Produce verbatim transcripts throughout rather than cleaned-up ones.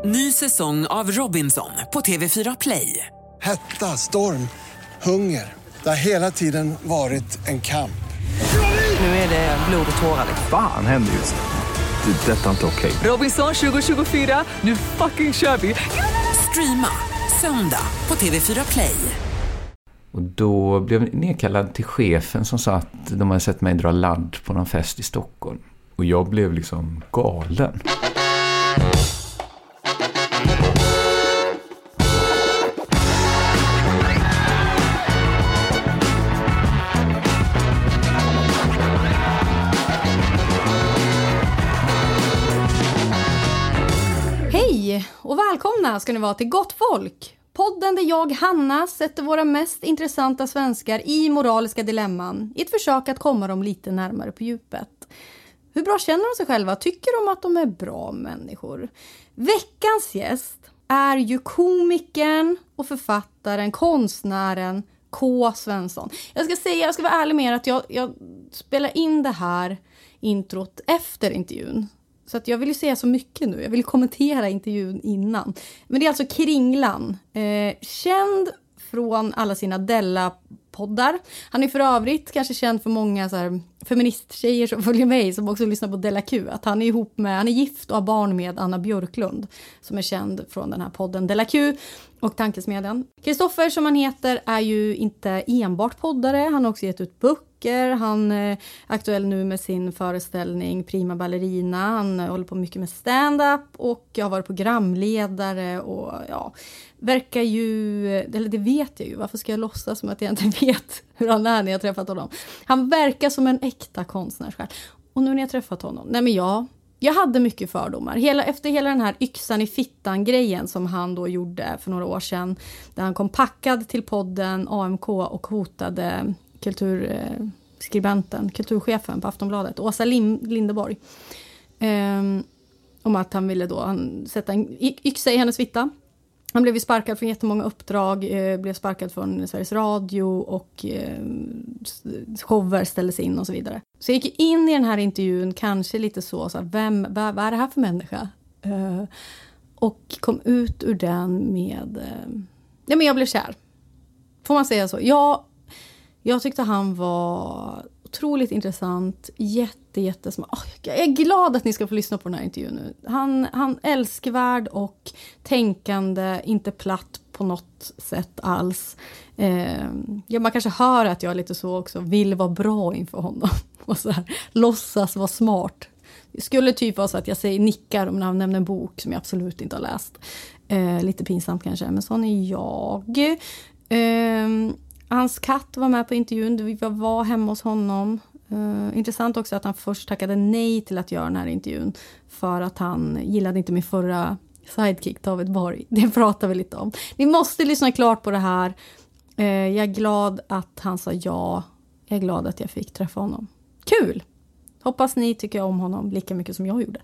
Ny säsong av Robinson på T V fyra Play. Hetta, storm, hunger. Det har hela tiden varit en kamp. Nu är det blod och tårar. Fan händer just det. Det är detta inte okej. Robinson tjugo tjugofyra, nu fucking kör vi. Streama söndag på T V fyra Play. Och då blev jag nedkallad till chefen som sa att de hade sett mig dra ladd på någon fest i Stockholm. Och jag blev liksom galen. Hej och välkomna ska ni vara till Gott folk. Podden där jag, Hanna, sätter våra mest intressanta svenskar i moraliska dilemman i ett försök att komma dem lite närmare på djupet. Hur bra känner de sig själva? Tycker de att de är bra människor? Veckans gäst är ju komikern och författaren, konstnären K. Svensson. Jag ska säga, jag ska vara ärlig med er att jag, jag spelar in det här introt efter intervjun. Så att jag vill ju säga så mycket nu. Jag vill kommentera intervjun innan. Men det är alltså Kringlan. Eh, känd från alla sina Della-poddar. Han är för övrigt kanske känd för många så här, feministtjejer som följer mig. Som också lyssnar på Della Q. Att han är ihop med, han är gift och har barn med Anna Björklund. Som är känd från den här podden Della Q och Tankesmedjan. Kristoffer som han heter är ju inte enbart poddare. Han har också gett ut böcker. Han är aktuell nu med sin föreställning Prima Ballerina. Han håller på mycket med stand-up och jag har varit programledare och ja, verkar ju, eller det vet jag ju, varför ska jag låtsas som att jag inte vet hur han är när jag träffat honom. Han verkar som en äkta konstnär själv. Och nu när jag träffat honom, nej men jag, jag hade mycket fördomar. Hela, efter hela den här yxan i fittan-grejen som han då gjorde för några år sedan. Där han kom packad till podden A M K och hotade kulturskribenten, kulturchefen på Aftonbladet, Åsa Lim- Lindeborg. Um, om att han ville då han sätta en yxa i hennes fitta. Han blev sparkad från jättemånga uppdrag, eh, blev sparkad från Sveriges Radio och eh, shower ställdes in och så vidare. Så jag gick in i den här intervjun kanske lite så, så här, vem, vad, vad är det här för människa? Eh, och kom ut ur den med, eh, nej men jag blev kär. Får man säga så? Jag, jag tyckte han var otroligt intressant, jätte, jättesmart. Oh, jag är glad att ni ska få lyssna på den här intervjun nu. Han, han älskvärd och tänkande, inte platt på något sätt alls. Eh, ja, man kanske hör att jag lite så också vill vara bra inför honom. Och så här, låtsas vara smart. Det skulle typ vara så att jag säger nickar om han nämner en bok som jag absolut inte har läst. Eh, lite pinsamt kanske, men sån är jag. Eh, Hans katt var med på intervjun. Vi var hemma hos honom. Uh, intressant också att han först tackade nej till att göra den här intervjun. För att han gillade inte min förra sidekick, David Borg. Det pratar vi lite om. Ni måste lyssna klart på det här. Uh, jag är glad att han sa ja. Jag är glad att jag fick träffa honom. Kul! Hoppas ni tycker om honom lika mycket som jag gjorde.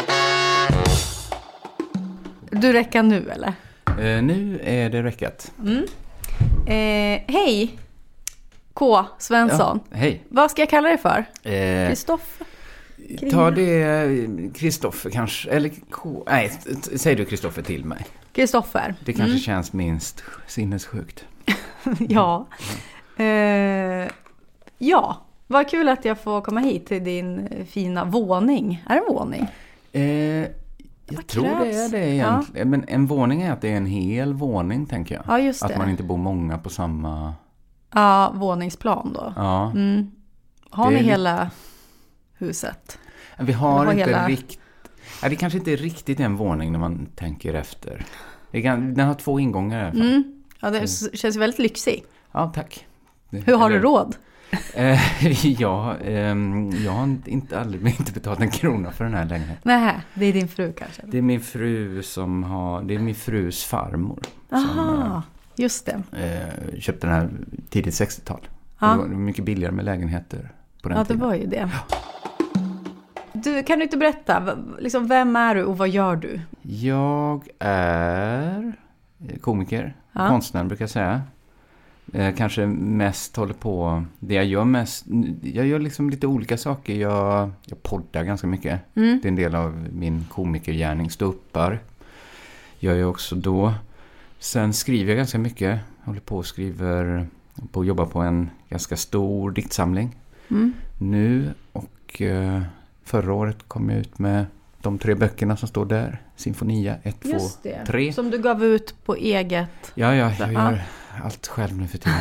Du räcker nu, eller? Uh, nu är det räckat. Mm. Eh, hej K. Svensson. Ja, hej. Vad ska jag kalla dig för? Kristoffer? Eh, ta det Kristoffer kanske. Eller K. Nej, säg du Kristoffer till mig. Kristoffer. Det kanske mm. känns minst sinnessjukt. Ja. Mm. Eh, ja. Vad kul att jag får komma hit till din fina våning. Är det en våning? Eh... Jag Vad tror krävs? Det är det egentligen. Ja. Men en våning är att det är en hel våning, tänker jag. Ja, just det. Att man inte bor många på samma... Ja, våningsplan då. Ja. Mm. Har det ni är... hela huset? Vi har, har inte hela... riktigt... Ja, det kanske inte är riktigt en våning när man tänker efter. Det kan... Den har två ingångar i alla fall. Mm. Ja, det känns väldigt lyxig. Ja, tack. Hur har Eller... du råd? ja, um, jag har inte, aldrig, inte betalat en krona för den här lägenheten. Nej, det är din fru kanske? Det är min fru som har, det är min frus farmor. Aha, som, just det. Eh, köpte den här tidigt sextiotal. Ja. Det var mycket billigare med lägenheter på den ja, tiden. Ja, det var ju det. Ja. Du, kan du inte berätta, liksom, vem är du och vad gör du? Jag är komiker, ja. konstnär brukar jag säga. Eh, kanske mest håller på, det jag gör mest, jag gör liksom lite olika saker. Jag, jag poddar ganska mycket. Mm. Det är en del av min komikergärning, stå uppar. gör jag också då. Sen skriver jag ganska mycket. Jag håller på och skriver, på att jobba på en ganska stor diktsamling. Mm. Nu och eh, förra året kom jag ut med de tre böckerna som står där. Sinfonia ett, två, tre. Som du gav ut på eget. Ja, ja, jag gör allt själv nu för tiden.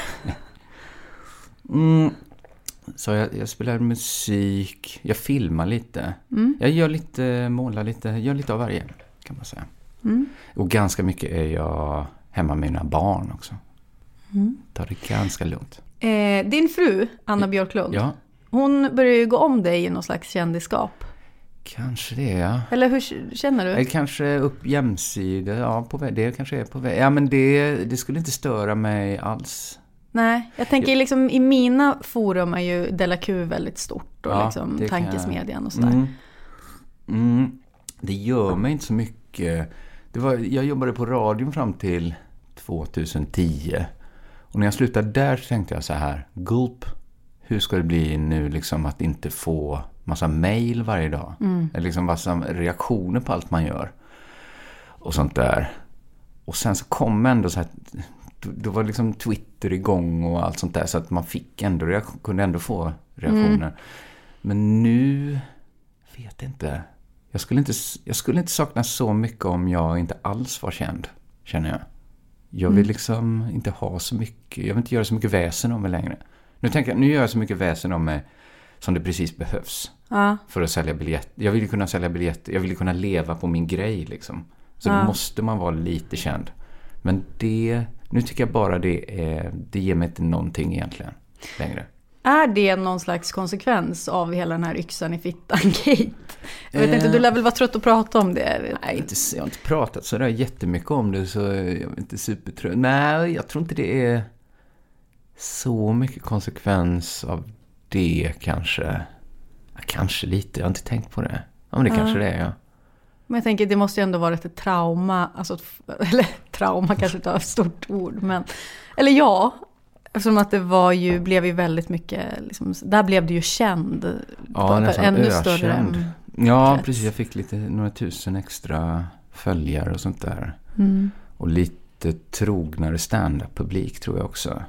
mm. Så jag, jag spelar musik, jag filmar lite. Mm. Jag gör lite, målar lite, gör lite av varje kan man säga. Mm. Och ganska mycket är jag hemma med mina barn också. Mm. Tar det ganska lugnt. Eh, din fru, Anna Björklund, ja. Hon börjar ju gå om dig i någon slags kändisskap. Kanske det, ja. Eller hur känner du? Eller kanske upp jämsida, ja, på väg. Det kanske är på väg. Ja, men det, det skulle inte störa mig alls. Nej, jag tänker liksom i mina forum är ju Della Q väldigt stort och ja, liksom tankesmedjan och sådär. Mm. Mm. Det gör mig inte så mycket. Det var, jag jobbade på radion fram till tjugohundratio. Och när jag slutade där så tänkte jag så här, gulp, hur ska det bli nu liksom att inte få massa mejl varje dag? Mm. Eller liksom massa reaktioner på allt man gör. Och sånt där. Och sen så kom ändå så här, då var liksom Twitter igång och allt sånt där så att man fick ändå reaktion, kunde ändå få reaktioner. Mm. Men nu vet jag inte. Jag skulle inte jag skulle inte sakna så mycket om jag inte alls var känd, känner jag. Jag vill mm. liksom inte ha så mycket, jag vill inte göra så mycket väsen om mig längre. Nu tänker jag, nu gör jag så mycket väsen om mig som det precis behövs. Ja. För att sälja biljetter. Jag vill kunna sälja biljetter, jag vill kunna leva på min grej liksom. Så ja. Då måste man vara lite känd. Men det, nu tycker jag bara det är, det ger mig inte någonting egentligen längre. Är det någon slags konsekvens av hela den här yxan i fittan-gate? Jag vet eh, inte, du lär väl vara trött att prata om det? Nej, inte, jag har inte pratat så där jättemycket om det så jag är inte supertrött. Nej, jag tror inte det är så mycket konsekvens av det kanske. Ja, kanske lite, jag har inte tänkt på det. Ja, men det ja. kanske det är, ja. Men jag tänker, det måste ju ändå vara ett trauma, alltså, eller trauma kanske inte är ett stort ord, men, eller ja, eftersom att det var ju, blev ju väldigt mycket, liksom, där blev det ju känd. Ja, nästan ännu större. Ja, krets. Precis, jag fick lite, några tusen extra följare och sånt där. Mm. Och lite trognare stand-up-publik tror jag också.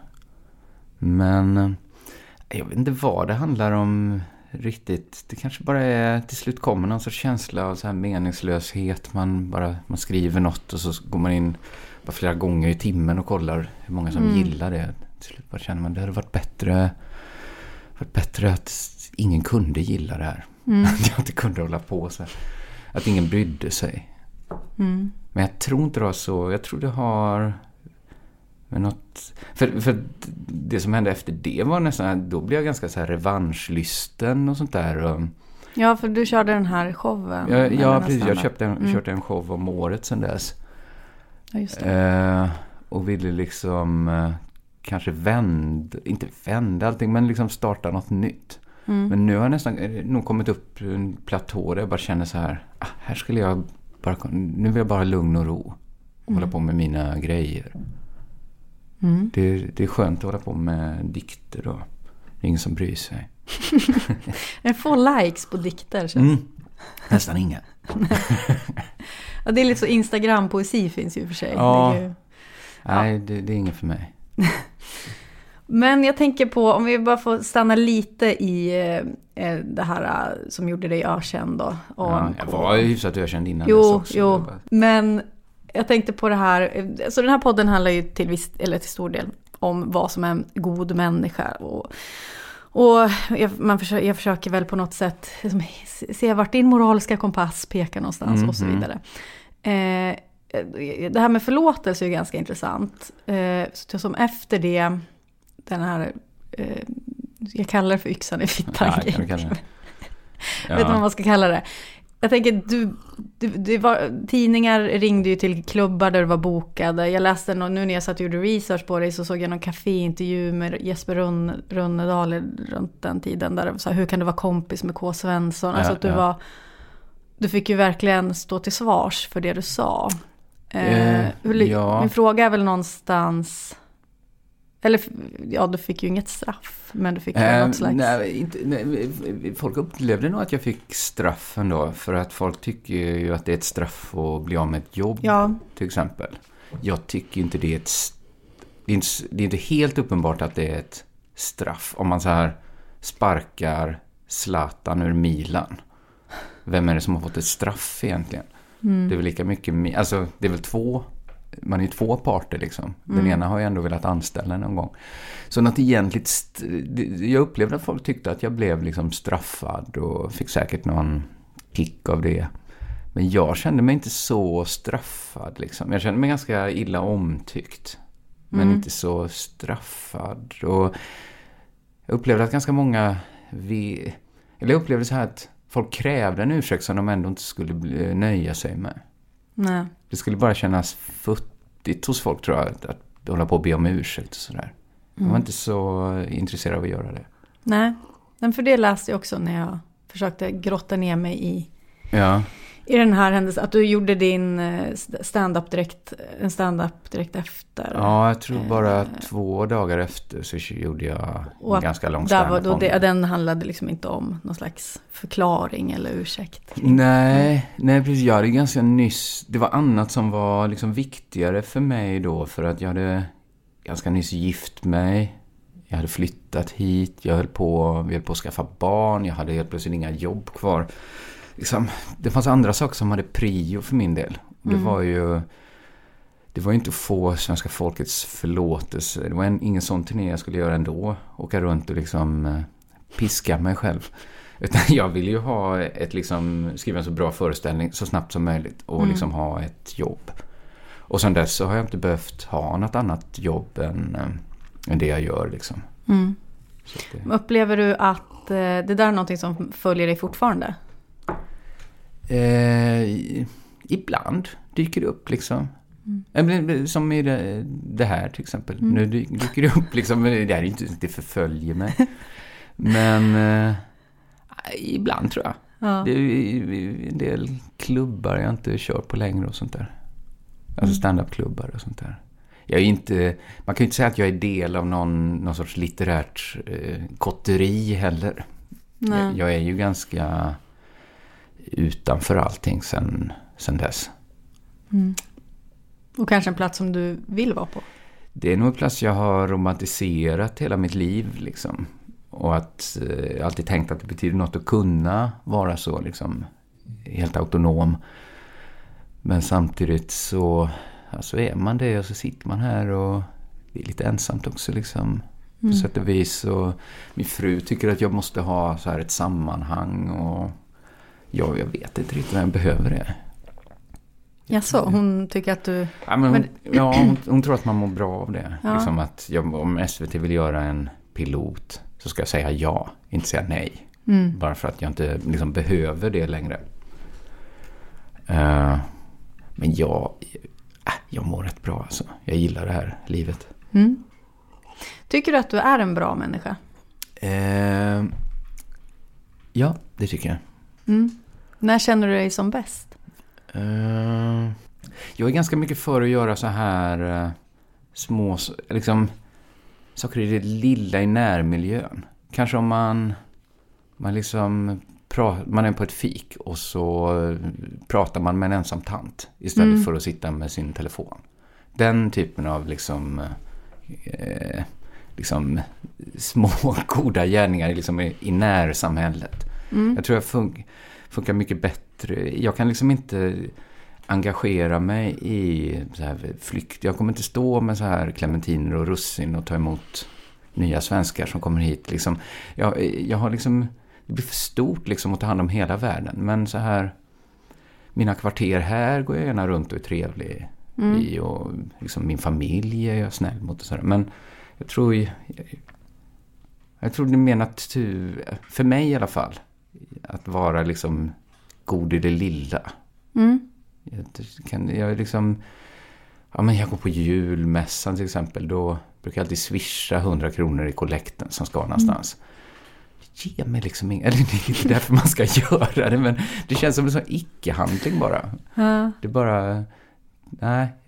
Men jag vet inte vad det handlar om riktigt. Det kanske bara är, till slut kommer någon sorts känsla av så här meningslöshet. Man bara, man skriver något och så går man in bara flera gånger i timmen och kollar hur många som mm. gillar det. Till slut bara känner man, det hade varit bättre, varit bättre att ingen kunde gilla det här. Mm. Att jag inte kunde hålla på så här. Att ingen brydde sig. Mm. Men jag tror inte det var så. Jag tror det har men något, för, för det som hände efter det var nästan, då blev jag ganska så här revanschlysten och sånt där. Och, ja, för du körde den här showen. Ja, ja precis. Jag köpte en, mm. körde en show om året sedan dess. Ja, just det. Eh, och ville liksom eh, kanske vända, inte vända allting, men liksom starta något nytt. Mm. Men nu har jag nästan nog kommit upp en platå där jag bara känner så här, ah, här skulle jag bara, nu vill jag bara ha lugn och ro och mm. hålla på med mina grejer. Mm. Det, det är skönt att hålla på med dikter då. Det är ingen som bryr sig. Jag får likes på dikter. Mm. Nästan inga. Ja, det är lite så, Instagram-poesi finns ju för sig. Ja. Det är ju, nej, ja. det, det är inget för mig. Men jag tänker på, om vi bara får stanna lite i eh, det här uh, som gjorde dig ökänd då. Ja, jag var ju hyfsat ökänd innan jo, också. Jo, bara... men jag tänkte på det här, så den här podden handlar ju till viss, eller till stor del om vad som är en god människa. Och, och jag, man försöker, jag försöker väl på något sätt liksom, se vart din moraliska kompass pekar någonstans mm, och så vidare. Eh, det här med förlåtelse är ganska intressant. Eh, så som efter det, den här, eh, jag kallar det för yxan i fittan. Ja, kan kalla det. Ja. Vet du vad man ska kalla det? Jag tänker, du, du, det var, tidningar ringde ju till klubbar där du var bokade. Jag läste någon, nu när jag satt och gjorde research på dig så såg jag någon kaféintervju med Jesper Run, Runnedal runt den tiden. Där det var så här, hur kan du vara kompis med K. Svensson? Alltså att du ja. var, du fick ju verkligen stå till svars för det du sa. Eh, hur, ja. Min fråga är väl någonstans, Eller, ja, du fick ju inget straff, men du fick äh, något slags... Nej, inte, nej, folk upplevde nog att jag fick straff ändå, för att folk tycker ju att det är ett straff att bli av med ett jobb, ja. Till exempel. Jag tycker inte det är ett... Det är inte, det är inte helt uppenbart att det är ett straff. Om man så här sparkar Zlatan ur Milan. Vem är det som har fått ett straff egentligen? Mm. Det är väl lika mycket... Alltså, det är väl två... Man är ju två parter liksom. Den mm. ena har ju ändå velat anställa någon gång. Så något egentligt... St- jag upplevde att folk tyckte att jag blev liksom straffad och fick säkert någon kick av det. Men jag kände mig inte så straffad liksom. Jag kände mig ganska illa omtyckt. Men mm. inte så straffad. Och jag upplevde att ganska många... Vi, eller jag upplevde så här att folk krävde en ursäkt som de ändå inte skulle bli, nöja sig med. Nej. Det skulle bara kännas futtigt hos folk, tror jag, att, att hålla på och be om ursäkt och sådär. Mm. Jag var inte så intresserad av att göra det. Nej, men för det läste jag också när jag försökte grotta ner mig i, ja. i den här händelsen. Att du gjorde din stand-up direkt, en stand-up direkt efter. Ja, jag tror bara eh, två dagar efter så gjorde jag en ganska lång stand-up. Då det, den handlade liksom inte om någon slags förklaring eller ursäkt. Nej, nej precis. Jag hade ganska nyss... Det var annat som var liksom viktigare för mig då, för att jag hade ganska nyss gift mig. Jag hade flyttat hit. Jag höll på, vi höll på att skaffa barn. Jag hade helt plötsligt inga jobb kvar. Liksom, det fanns andra saker som hade prio för min del. Det mm. var ju det var ju inte att få svenska folkets förlåtelse. Det var en, ingen sån turné jag skulle göra ändå. Åka runt och liksom eh, piska mig själv. Utan jag ville ju ha ett liksom, skriva en så bra föreställning så snabbt som möjligt. Och mm. liksom ha ett jobb. Och sen dess så har jag inte behövt ha något annat jobb än, äh, än det jag gör liksom. Mm. Så det... Upplever du att eh, det där är någonting som följer dig fortfarande? Eh, ibland dyker det upp liksom. Mm. Som i det, det här till exempel. Mm. Nu dyker det upp liksom. Det här är inte, det förföljer mig. Men eh, ibland tror jag. Ja. Det är en del klubbar jag inte kör på längre och sånt där. Alltså stand-up-klubbar och sånt där. Jag är inte, man kan ju inte säga att jag är del av någon, någon sorts litterärt eh, kotteri heller. Jag, jag är ju ganska utanför allting sen, sen dess. Mm. Och kanske en plats som du vill vara på? Det är nog en plats jag har romantiserat hela mitt liv liksom. Och att eh, jag alltid tänkt att det betyder något att kunna vara så liksom helt autonom. Men samtidigt så alltså är man det och så sitter man här och det är lite ensamt också liksom. På mm. sätt och vis. Och min fru tycker att jag måste ha så här ett sammanhang och ja, jag vet inte riktigt när jag behöver det. Ja, så hon tycker att du... Ja, men hon, men... ja, hon, hon tror att man mår bra av det. Ja. Liksom att jag, om S V T vill göra en pilot så ska jag säga ja, inte säga nej. Mm. Bara för att jag inte liksom behöver det längre. Uh, men jag, äh, jag mår rätt bra alltså. Jag gillar det här livet. Mm. Tycker du att du är en bra människa? Uh, ja, det tycker jag. Mm. När känner du dig som bäst? Uh, jag är ganska mycket för att göra så här uh, små liksom, saker i det lilla i närmiljön. Kanske om man man liksom pra, man är på ett fik och så uh, pratar man med en ensam tant istället mm. för att sitta med sin telefon. Den typen av liksom uh, liksom små goda gärningar liksom i, i närsamhället. Mm. Jag tror jag fun- funkar mycket bättre. Jag kan liksom inte engagera mig i så här flykt. Jag kommer inte stå med så här clementiner och russin och ta emot nya svenskar som kommer hit. Liksom. Jag, jag har liksom, det blir för stort liksom att ta hand om hela världen. Men så här, mina kvarter här går jag gärna runt och är trevlig mm. i. Och liksom min familj är jag snäll mot och så här. Men jag tror, jag, jag tror det är mer natur, för mig i alla fall, att vara liksom god i det lilla. Mm. Jag, kan, jag liksom ja, men jag går på julmässan till exempel, då brukar jag alltid swisha hundra kronor i kollekten som ska någonstans. Mm. Ge mig liksom ing- eller det är inte därför man ska göra det, men det känns som en sån icke-handling bara. Ja. Det är bara nej,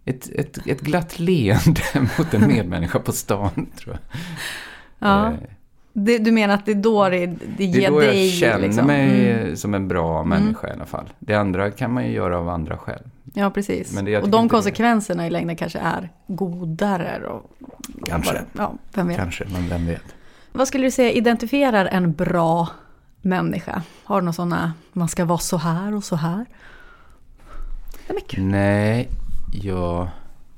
ett, ett, ett glatt leende mot en medmänniska på stan, tror jag. Ja. Eh, det, du menar att det är då det, det ger dig... Det är då jag dig, känner liksom. mig mm. som en bra människa mm. i alla fall. Det andra kan man ju göra av andra skäl. Ja, precis. Men det, och de konsekvenserna i längden kanske är godare. Och, kanske. Bara, ja, vem vet. Kanske, men vem vet. Vad skulle du säga identifierar en bra människa? Har du några sådana, man ska vara så här och så här? Det är mycket. Nej, jag...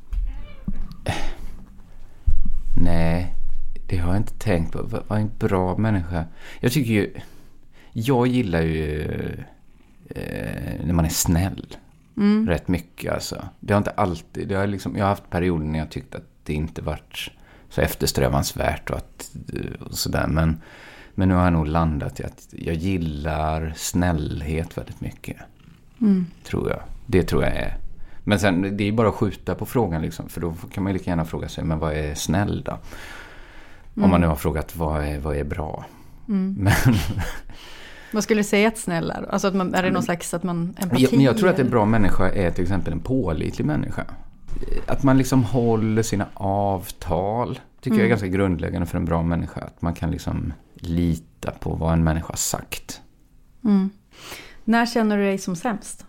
Nej, det har jag inte tänkt på. Vad är en bra människa? Jag tycker ju... Jag gillar ju eh, när man är snäll. Mm. Rätt mycket alltså. Det har inte alltid... Det har liksom, jag har haft perioder när jag tyckt att det inte varit så eftersträvansvärt och, att, och sådär. Men, men nu har jag nog landat i att jag gillar snällhet väldigt mycket. Mm. Tror jag. Det tror jag är. Men sen, det är bara att skjuta på frågan liksom. För då kan man ju lika gärna fråga sig, men vad är snäll då? Mm. Om man nu har frågat, vad är, vad är bra? Mm. Men... Vad skulle du säga att snäll är? Alltså att man, är det någon slags att man empati? Jag, jag tror att en bra människa är till exempel en pålitlig människa. Att man liksom håller sina avtal. Tycker mm. jag är ganska grundläggande för en bra människa. Att man kan liksom lita på vad en människa har sagt. Mm. När känner du dig som sämst?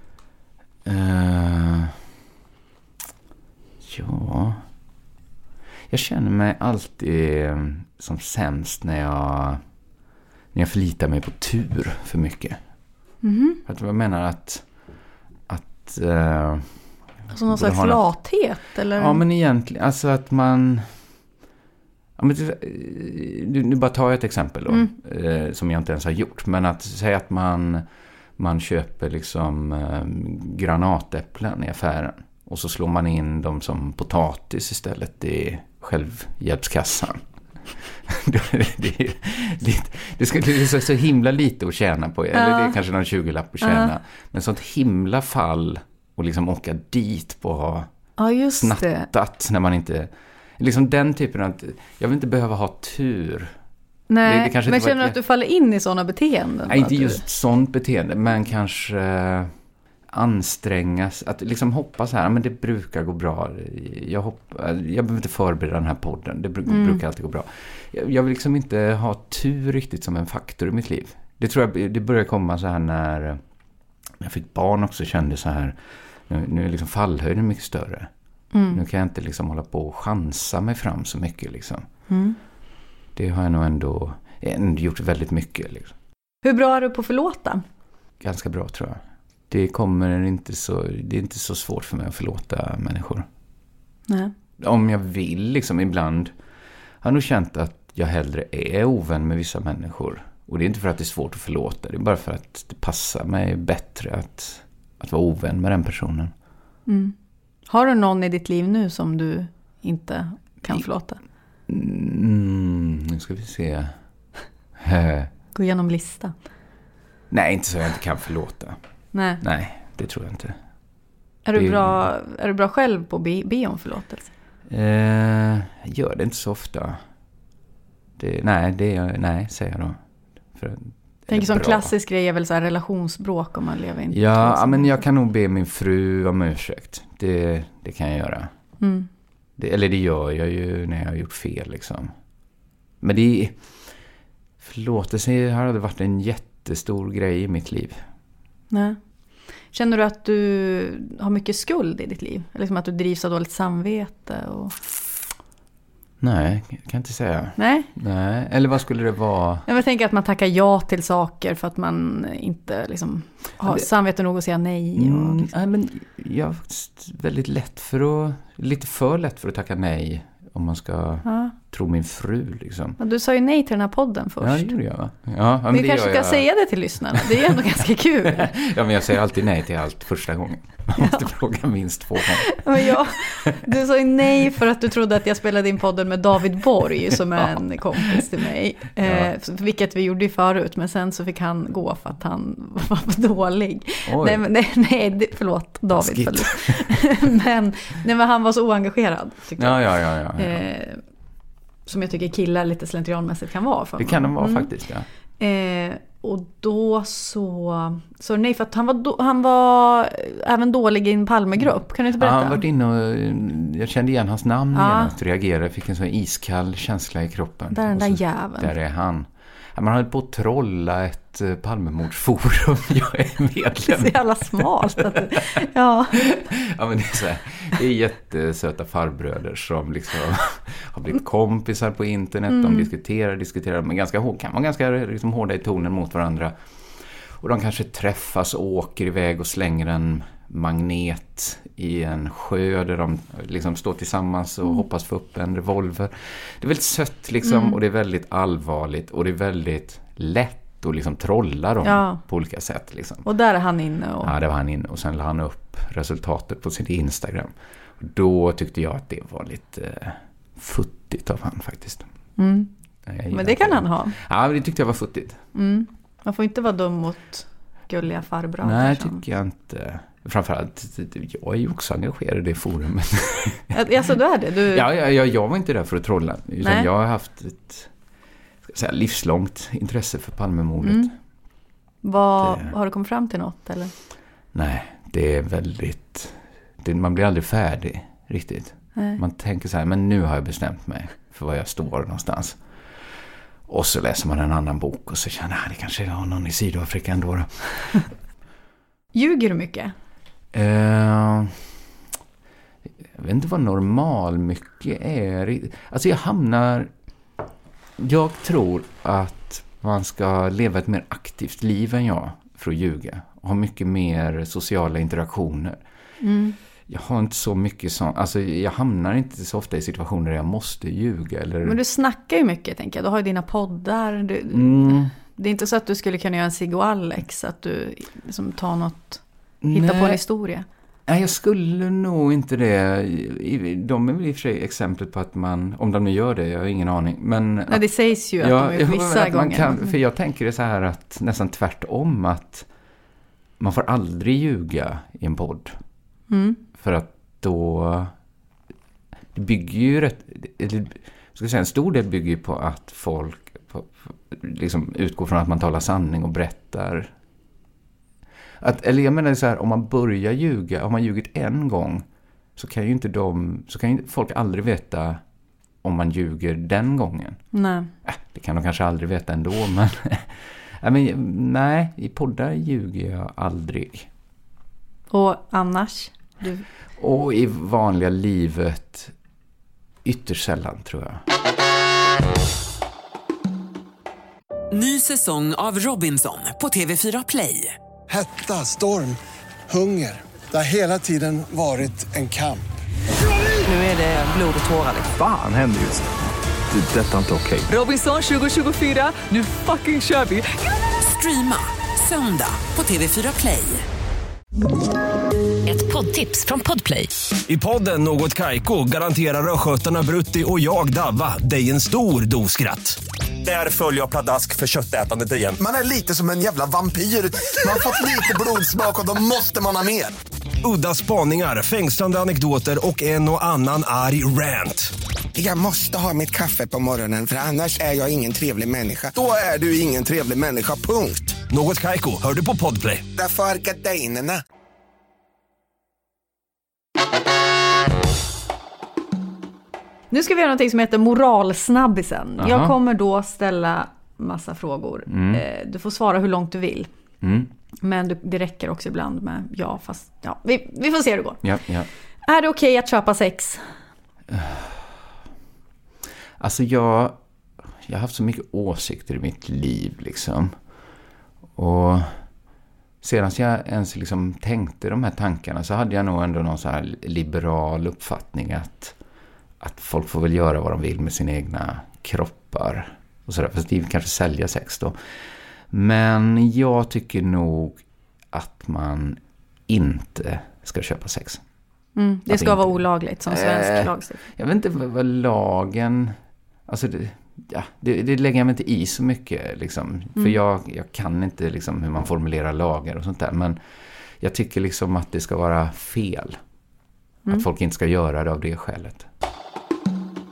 Uh, ja... Jag känner mig alltid som sämst när jag, när jag förlitar mig på tur för mycket. Mm-hmm. För att jag menar att... att uh, alltså någon slags flathet? Eller? Ja, men egentligen. Alltså att man... Ja, men, nu, nu bara tar jag ett exempel då, mm. eh, som jag inte ens har gjort. Men att säga att man, man köper liksom eh, granatäpplen i affären. Och så slår man in dem som potatis istället i självhjälpskassan. det, det, det, det ska det är så himla lite att tjäna på. Eller ja. Det är kanske någon tjugo-lapp att tjäna. Ja. Men sånt himla fall och liksom åka dit på att ha ja, just snattat det. När man inte... Liksom den typen av... Jag vill inte behöva ha tur. Nej, det, det kanske men känner du att du faller in i sådana beteenden? Nej, inte du... just sånt beteende. Men kanske ansträngas. Att liksom hoppas här, men det brukar gå bra. Jag, hopp, jag behöver inte förbereda den här podden. Det brukar, mm. brukar alltid gå bra. Jag, jag vill liksom inte ha tur riktigt som en faktor i mitt liv. Det tror jag, det börjar komma så här när jag fick barn också, kände så här. Nu, nu är liksom fallhöjden mycket större. Mm. Nu kan jag inte liksom hålla på och chansa mig fram så mycket liksom. Mm. Det har jag nog ändå, ändå gjort väldigt mycket liksom. Hur bra är du på att förlåta? Ganska bra, tror jag. Det kommer inte så, det är inte så svårt för mig att förlåta människor. Nej. Om jag vill liksom ibland. Jag har nog känt att jag hellre är ovän med vissa människor. Och det är inte för att det är svårt att förlåta. Det är bara för att det passar mig bättre att, att vara ovän med den personen. Mm. Har du någon i ditt liv nu som du inte kan förlåta? Mm, nu ska vi se. Gå igenom lista. Nej, inte så jag inte kan förlåta. Nej. Nej, det tror jag inte. Är, det... du, bra, är du bra själv på att be, be om förlåtelse? Eh, jag gör det inte så ofta. Det, nej, det är, nej, säger jag då. För, tänker som klassisk grej är väl så här relationsbråk om man lever in. Ja, ja, men jag kan nog be min fru om ursäkt. Det, det kan jag göra. Mm. Det, eller det gör jag ju när jag har gjort fel liksom. Men det är... Förlåtelse har aldrig varit en jättestor grej i mitt liv. Nej. Känner du att du har mycket skuld i ditt liv? Eller liksom att du drivs av dåligt samvete? Och... Nej, jag kan inte säga. Nej? Nej. Eller vad skulle det vara? Jag tänker att man tackar ja till saker för att man inte liksom har det... samvete nog att säga nej. Och... Mm, nej, men jag har väldigt lätt för att... Lite för lätt för att tacka nej. Om man ska ja. tro min fru liksom. Men du sa ju nej till den här podden först. Ja, det gjorde jag. Ja, men vi det kanske ska jag... säga det till lyssnarna. Det är ändå ganska kul. Ja, men jag säger alltid nej till allt första gången. Man måste ja. fråga minst två gånger. Men ja, du sa ju nej för att du trodde att jag spelade in podden med David Borg som är en kompis till mig. Ja. Eh, vilket vi gjorde ju förut. Men sen så fick han gå för att han var dålig. Nej, men, nej, nej, förlåt David. Förlåt. men, nej, men han var så oengagerad. Tyckte ja, jag. Ja, ja, ja. ja. Eh, som jag tycker killar lite slentrianmässigt kan vara. För det kan de vara mm. faktiskt, ja. Eh, Och då så... Så nej, för att han var, do, han var även dålig i en Palmegrupp. Kan du inte berätta? Ja, han varit inne och... Jag kände igen hans namn ja. genast. Reagerade. Jag fick en sån iskall känsla i kroppen. Där är den där så, jäveln. Där är han. Man höll på att trolla ett Palmemordsforum. Jag är medlem. Det är så jävla smalt. Att du, ja. Ja, men det är så här, det är jättesöta farbröder som liksom har blivit kompisar på internet. Mm. De diskuterar, diskuterar. Men ganska, kan vara ganska liksom hårda i tonen mot varandra. Och de kanske träffas och åker iväg och slänger en magnet i en sjö där de liksom står tillsammans och mm. hoppas få upp en revolver. Det är väldigt sött liksom mm. och det är väldigt allvarligt och det är väldigt lätt att liksom trolla dem ja. på olika sätt. Liksom. Och där är han inne. Och... Ja, det var han inne och sen la han upp resultatet på sin Instagram. Då tyckte jag att det var lite eh, futtigt av han faktiskt. Mm. Men det kan han ha. Ja, det tyckte jag var futtigt. Mm. Man får inte vara dum mot gulliga farbröder. Nej, tycker jag inte. Framförallt, jag är ju också engagerad i forumet. Alltså, du är det? Du... Ja, jag, jag var inte där för att trolla. Utan jag har haft ett ska säga, livslångt intresse för Palmemordet. Mm. Vad, det... Har du kommit fram till något? Eller? Nej, det är väldigt... Det, man blir aldrig färdig, riktigt. Nej. Man tänker så här, men nu har jag bestämt mig för var jag står någonstans. Och så läser man en annan bok och så känner jag, det kanske har någon i Sydafrika ändå. Då. Ljuger du mycket? Uh, jag vet inte vad normal mycket är. Alltså jag hamnar... Jag tror att man ska leva ett mer aktivt liv än jag för att ljuga. Och ha mycket mer sociala interaktioner. Mm. Jag har inte så mycket sånt. Alltså jag hamnar inte så ofta i situationer där jag måste ljuga. Eller... Men du snackar ju mycket, tänker jag. Du har ju dina poddar. Du... Mm. Det är inte så att du skulle kunna göra en Sigge och Alex. Att du liksom tar något... Hitta Nej. på en historia. Nej, jag skulle nog inte det. De är väl i och för sig exemplet på att man... Om de nu gör det, jag har ingen aning. Men Nej, det sägs ju att ja, de är vissa att gånger. Kan, för jag tänker det så här att nästan tvärtom att man får aldrig ljuga i en podd. Mm. För att då... Det bygger ju rätt... Eller, ska jag säga, en stor del bygger ju på att folk på, liksom utgår från att man talar sanning och berättar... Att, eller jag menar så här, om man börjar ljuga, om man ljugit en gång så kan ju inte de, så kan ju folk aldrig veta om man ljuger den gången. Nej. Äh, det kan de kanske aldrig veta ändå, men, äh, men nej, i poddar ljuger jag aldrig. Och annars? Du... Och i vanliga livet ytterst sällan, tror jag. Ny säsong av Robinson på T V fyra Play. Hetta, storm, hunger. Det har hela tiden varit en kamp. Nu är det blod och tårar. Fan händer just det. Det är detta inte okej. Okay. Robinson tjugo tjugofyra, nu fucking kör vi. Streama söndag på T V fyra Play. Ett poddtips från Podplay. I podden Något Kaiko garanterar röskötarna Brutti och jag Davva dig en stor doskratt. Där följer jag pladask för köttätandet igen. Man är lite som en jävla vampyr. Man har fått lite blodsmak och då måste man ha mer. Udda spaningar, fängslande anekdoter och en och annan arg rant. Jag måste ha mitt kaffe på morgonen för annars är jag ingen trevlig människa. Då är du ingen trevlig människa, punkt. Något Kaiko, hör du på Podplay. Därför är gardinerna. Nu ska vi göra något som heter moralsnabbisen. Aha. Jag kommer då ställa massa frågor. Mm. Du får svara hur långt du vill. Mm. Men det räcker också ibland med ja, fast ja, vi, vi får se hur det går. Ja, ja. Är det okej att köpa sex? Alltså jag, jag har haft så mycket åsikter i mitt liv liksom. Och senast jag ens liksom tänkte de här tankarna så hade jag nog ändå någon så här liberal uppfattning att att folk får väl göra vad de vill med sina egna kroppar och sådär, fast det kanske sälja sex då. Men jag tycker nog att man inte ska köpa sex. Mm, det att ska inte, vara olagligt som svensk äh, lagstiftning. Jag vet inte vad lagen... Alltså det, ja, det, det lägger jag mig inte i så mycket liksom. Mm. För jag, jag kan inte liksom hur man formulerar lagar och sånt där. Men jag tycker liksom att det ska vara fel. Mm. Att folk inte ska göra det av det skälet.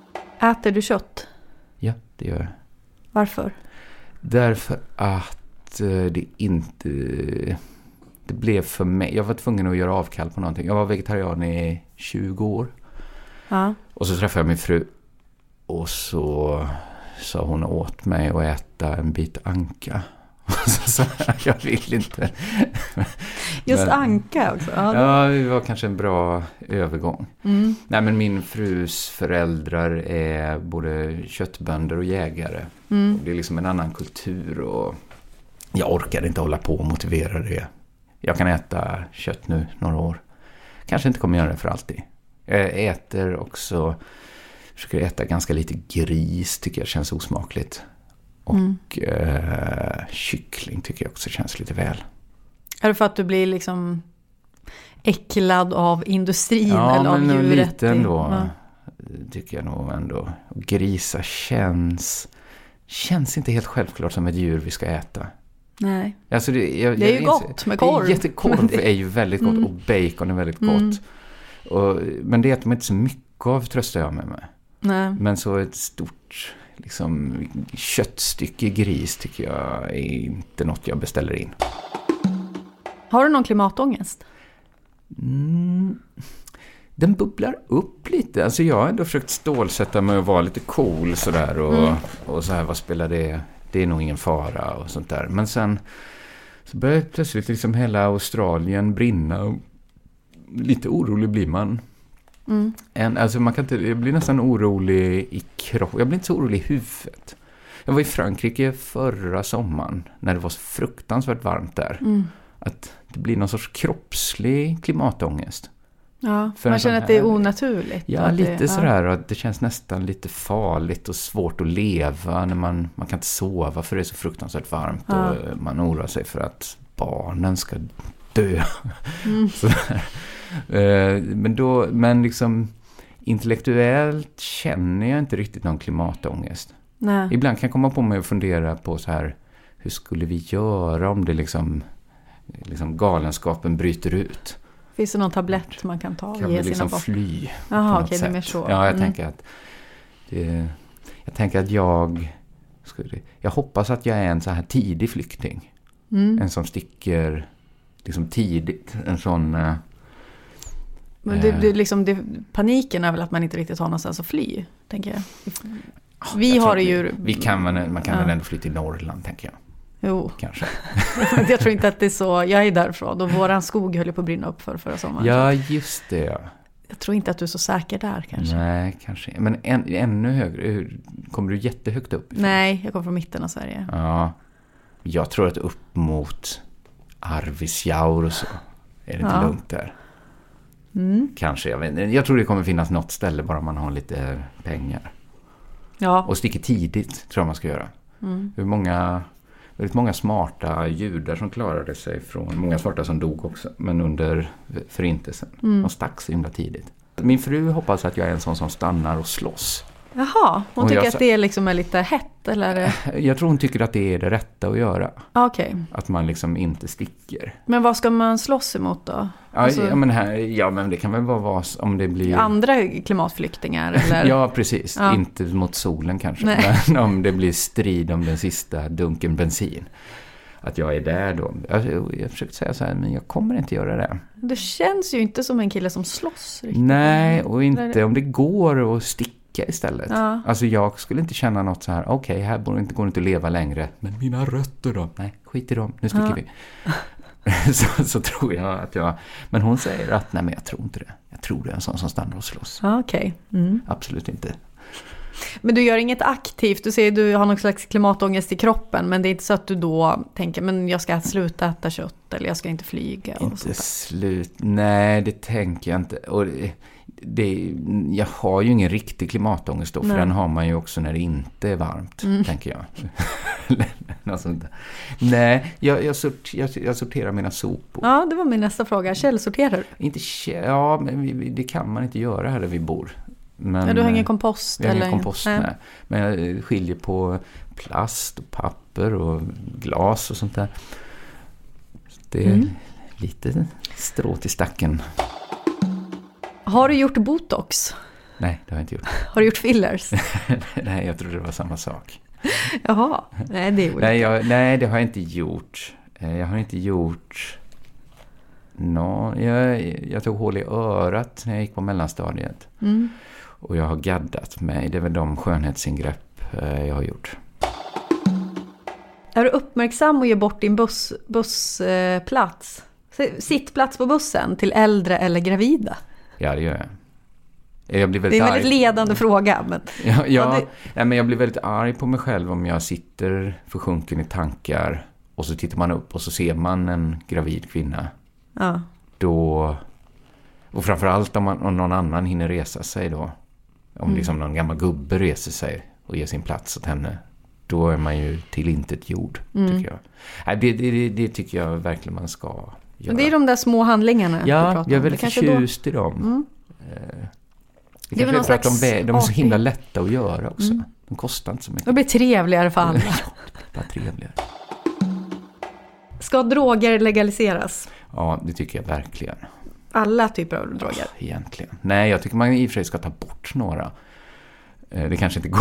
Äter du kött? Ja, det gör jag. Varför? Därför att det inte... Det blev för mig... Jag var tvungen att göra avkall på någonting. Jag var vegetarian i tjugo år. Ja. Och så träffade jag min fru. Och så sa hon åt mig att äta en bit anka. Och så sa jag, jag vill inte. Just men, anka också. Ja, det... ja, det var kanske en bra övergång. Mm. Nej, men min frus föräldrar är både köttbönder och jägare. Mm. Och det är liksom en annan kultur och jag orkar inte hålla på och motivera det. Jag kan äta kött nu några år. Kanske inte kommer göra det för alltid. Jag äter också, försöker äta ganska lite gris, tycker jag känns osmakligt. Och mm. eh, kyckling tycker jag också känns lite väl. Är det för att du blir liksom äcklad av industrin ja, eller av djuret? Ja, lite ändå. Ja. Tycker jag nog ändå. Och grisa känns, känns inte helt självklart som ett djur vi ska äta. Nej. Alltså det, jag, det är jag ju inser, gott med korv. Det är jättekorv är ju väldigt gott mm. och bacon är väldigt gott. Mm. Och, men det äter man inte så mycket av, tröstar jag mig med. Nej. Men så ett stort liksom, köttstycke gris tycker jag är inte något jag beställer in. Har du någon klimatångest? Mm. Den bubblar upp lite. Alltså jag har ändå försökt stålsätta mig och vara lite cool sådär. Och, mm. och så här, vad spelar det? Det är nog ingen fara och sånt där. Men sen så börjar plötsligt liksom hela Australien brinna. Och lite orolig blir man. Mm. En, alltså man kan inte, jag blir nästan orolig i kroppen. Jag blir inte så orolig i huvudet. Jag var i Frankrike förra sommaren när det var så fruktansvärt varmt där. Mm. Att det blir någon sorts kroppslig klimatångest. Ja, för man känner här, att det är onaturligt. Ja, lite det, sådär. Ja. Och det känns nästan lite farligt och svårt att leva när man, man kan inte sova för det är så fruktansvärt varmt. Ja. Och man oroar sig för att barnen ska dö. Mm. men, då, men liksom intellektuellt känner jag inte riktigt någon klimatångest. Nej. Ibland kan jag komma på mig och fundera på så här, hur skulle vi göra om det liksom, liksom galenskapen bryter ut? Finns det någon tablett man kan ta och kan ge vi liksom sina fly? Jaha, okej, det är mer så. Ja, jag mm. tänker att det, jag tänker att jag skulle, jag hoppas att jag är en så här tidig flykting. Mm. En som sticker liksom tidigt, en sån äh, men det, det, liksom, det, paniken är väl att man inte riktigt har någonstans att fly, tänker jag. Vi jag har det ju... Vi, vi kan, man, man kan ja. väl ändå fly till Norrland, tänker jag. Jo. Kanske. Jag tror inte att det är så. Jag är därifrån. Och våran skog höll på att brinna upp för förra sommaren. Ja, just det. Ja. Jag tror inte att du är så säker där, kanske. Nej, kanske. Men än, ännu högre. Kommer du jättehögt upp? Nej, jag kommer från mitten av Sverige. Ja. Jag tror att upp mot Arvidsjaur och så är det inte ja. lugnt där. Mm. Kanske, jag vet inte. Jag tror det kommer finnas något ställe bara man har lite pengar. Ja. Och sticker tidigt, tror jag man ska göra. Mm. Hur många... Väldigt många smarta judar som klarade sig från... Många svarta som dog också. Men under förintelsen. Mm. De stack så himla tidigt. Min fru hoppas att jag är en sån som stannar och slåss. Jaha, hon och tycker jag, att det liksom är lite hett, eller? Jag tror hon tycker att det är det rätta att göra. Okej. Okay. Att man liksom inte sticker. Men vad ska man slåss emot då? Ja, alltså, ja, men, här, ja men det kan väl vara vad, om det blir... Andra klimatflyktingar, eller? Ja, precis. Ja. Inte mot solen kanske. Nej. Men om det blir strid om den sista dunken bensin. Att jag är där då. Jag, jag försökte säga så här, men jag kommer inte göra det. Det känns ju inte som en kille som slåss riktigt. Nej, och inte om det går att sticka istället. Ja. Alltså jag skulle inte känna något så här, okej, okay, här går det inte, går det inte att leva längre. Men mina rötter då? Nej, skit i dem, nu sticker ja. vi. så, så tror jag att jag... Men hon säger att, nej men jag tror inte det. Jag tror det är en sån som stannar och slåss. Ja, okej. Okay. Mm. Absolut inte. Men du gör inget aktivt, du säger du har någon slags klimatångest i kroppen, men det är inte så att du då tänker, men jag ska sluta äta kött eller jag ska inte flyga. Och inte slut, nej det tänker jag inte. Och det, det, jag har ju ingen riktig klimatångest då, för nej. Den har man ju också när det inte är varmt, mm. tänker jag. alltså, nej, jag, jag, sort, jag, jag sorterar mina sopor. Ja, det var min nästa fråga. Källsorterar du? Inte, ja, men vi, det kan man inte göra här där vi bor. Men, ja, du har ingen kompost? Jag har eller? ingen kompost, nej. nej. Men jag skiljer på plast och papper och glas och sånt där. Det är mm. lite strå till stacken. Har du gjort botox? Nej, det har jag inte gjort. Har du gjort fillers? Nej, jag tror det var samma sak. Jaha, nej det är olika. Nej, jag, nej, det har jag inte gjort. Jag har inte gjort... No, jag, jag tog hål i örat när jag gick på mellanstadiet. Mm. Och jag har gaddat mig. Det är väl de skönhetsingrepp jag har gjort. Är du uppmärksam och ger bort din buss, bussplats? Sittplats på bussen till äldre eller gravida? Ja, det gör jag. jag blir det är en väldigt arg. ledande fråga. Men... Ja, ja, ja, det... ja, men jag blir väldigt arg på mig själv om jag sitter försjunken i tankar. Och så tittar man upp och så ser man en gravid kvinna. Ja. Då, och framförallt om, man, om någon annan hinner resa sig då. Om mm. liksom någon gammal gubbe reser sig och ger sin plats åt henne. Då är man ju till intet jord, mm. tycker jag. Nej, det, det, det tycker jag verkligen man ska göra. Det är de där små handlingarna. Ja, jag är väldigt förtjust då... i dem. Mm. Det, det är väl någon för slags... att de, de är så himla lätta att göra också. Mm. De kostar inte så mycket. Det blir trevligare för alla. Ja, det blir trevligare. Ska droger legaliseras? Ja, det tycker jag verkligen. Alla typer av droger? Oh, egentligen. Nej, jag tycker man i och för sig ska ta bort några. Det kanske inte går.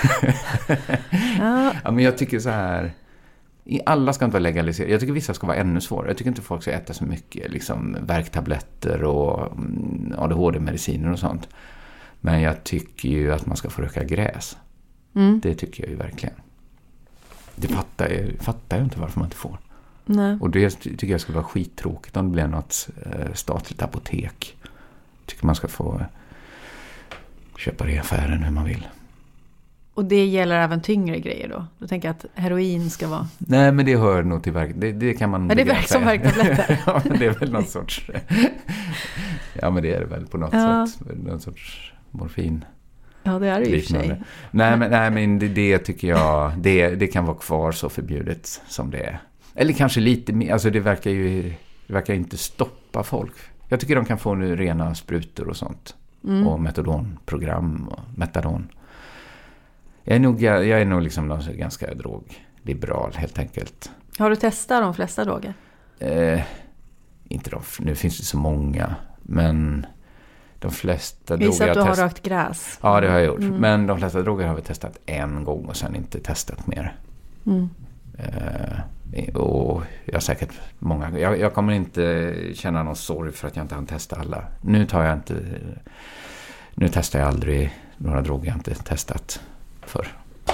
ja. Ja, men jag tycker så här... Alla ska inte vara legaliserade. Jag tycker vissa ska vara ännu svårare. Jag tycker inte folk ska äta så mycket liksom, värktabletter och A D H D-mediciner och sånt. Men jag tycker ju att man ska få röka gräs. Mm. Det tycker jag ju verkligen. Det fattar jag, fattar jag inte varför man inte får. Nej. Och det tycker jag skulle vara skittråkigt om det blir något eh, statligt apotek. Jag tycker man ska få eh, köpa det i affären hur man vill. Och det gäller även tyngre grejer då? Du tänker att heroin ska vara... Nej, men det hör nog till verk... Det, det kan man... Ja, det är verk som värktabletter. Ja, men det är väl någon sorts... ja, men det är det väl på något ja. sätt. Någon sorts morfin. Ja, det är det ju i och för sig. Nej, men, nej, men det, det tycker jag... Det, det kan vara kvar så förbjudet som det är. Eller kanske lite mer... Alltså det verkar ju... Det verkar inte stoppa folk. Jag tycker de kan få nu rena sprutor och sånt. Mm. Och metadonprogram och metadon. Jag är nog, jag är nog liksom ganska drogliberal helt enkelt. Har du testat de flesta droger? Eh, inte de, nu finns det så många, men de flesta droger... Visst att du har test... rökt gräs? Ja, det har jag gjort. Mm. Men de flesta droger har vi testat en gång och sen inte testat mer. Mm. Eh, och jag har säkert många... Jag, jag kommer inte känna någon sorg för att jag inte har testat alla. Nu tar jag inte... Nu testar jag aldrig några droger jag inte testat för.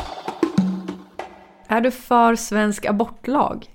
Är du för svensk abortlag?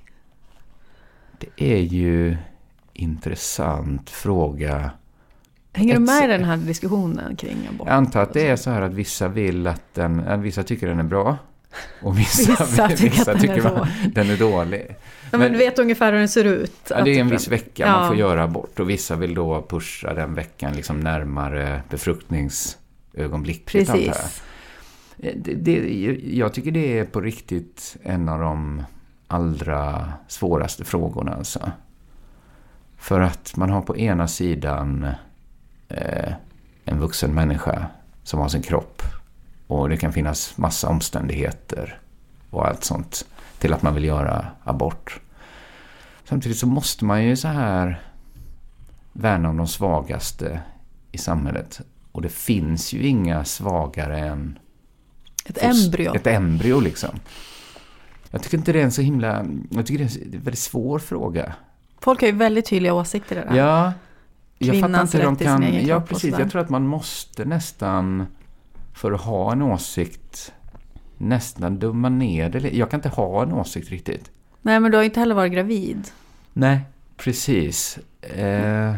Det är ju intressant fråga. Hänger du med i den här diskussionen kring abort? Jag antar att det är så här att vissa vill att den, vissa tycker den är bra och vissa, vissa tycker, vissa att den, tycker är man, den är dålig. Ja, men, men du vet ungefär hur den ser ut. Ja, det är en viss vecka ja. man får göra abort och vissa vill då pusha den veckan liksom närmare befruktningsögonblick. Precis. Det, det, jag tycker det är på riktigt en av de allra svåraste frågorna alltså. För att man har på ena sidan eh, en vuxen människa som har sin kropp och det kan finnas massa omständigheter och allt sånt till att man vill göra abort. Samtidigt så måste man ju så här värna om de svagaste i samhället och det finns ju inga svagare än Ett embryo. Ett embryo liksom. Jag tycker inte det är en så himla... Jag tycker det är en väldigt svår fråga. Folk har ju väldigt tydliga åsikter där. Ja. Jag fattar inte hur de kan... Ja, precis. Jag tror att man måste nästan... För att ha en åsikt... Nästan dumma ner det. Jag kan inte ha en åsikt riktigt. Nej, men du har inte heller varit gravid. Nej, precis. Eh...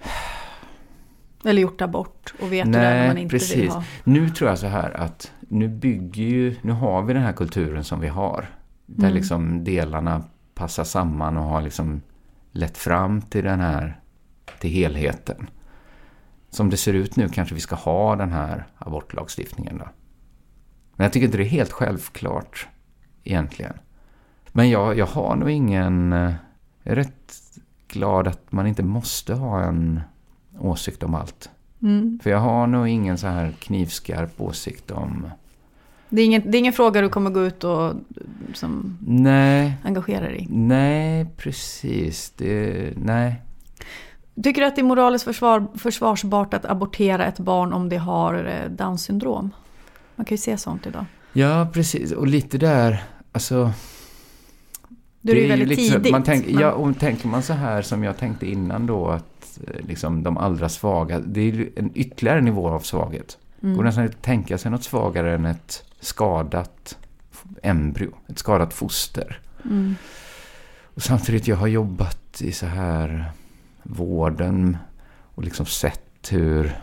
Eller gjort abort och vet Nej, du det när man inte precis. vill ha. Nu tror jag så här att nu bygger ju, nu har vi den här kulturen som vi har. Där mm. liksom delarna passar samman och har liksom lett fram till den här, till helheten. Som det ser ut nu kanske vi ska ha den här abortlagstiftningen då. Men jag tycker inte det är helt självklart egentligen. Men jag, jag har nog ingen, jag är rätt glad att man inte måste ha en åsikt om allt. Mm. För jag har nog ingen så här knivskarp åsikt om... Det är ingen, det är ingen fråga du kommer gå ut och som nej. engagerar dig i? Nej, precis. Det, nej. Tycker du att det är moraliskt försvar, försvarsbart att abortera ett barn om det har Down syndrom? Man kan ju se sånt idag. Ja, precis. Och lite där, alltså... Du är, det är ju väldigt liksom, tidigt. Man tänk, men... Ja, och tänker man så här som jag tänkte innan då, att liksom, de allra svaga, det är ju en ytterligare nivå av svaghet. Mm. Går nästan att tänka sig något svagare än ett skadat embryo, ett skadat foster. Mm. Och samtidigt jag har jobbat i så här vården och liksom sett hur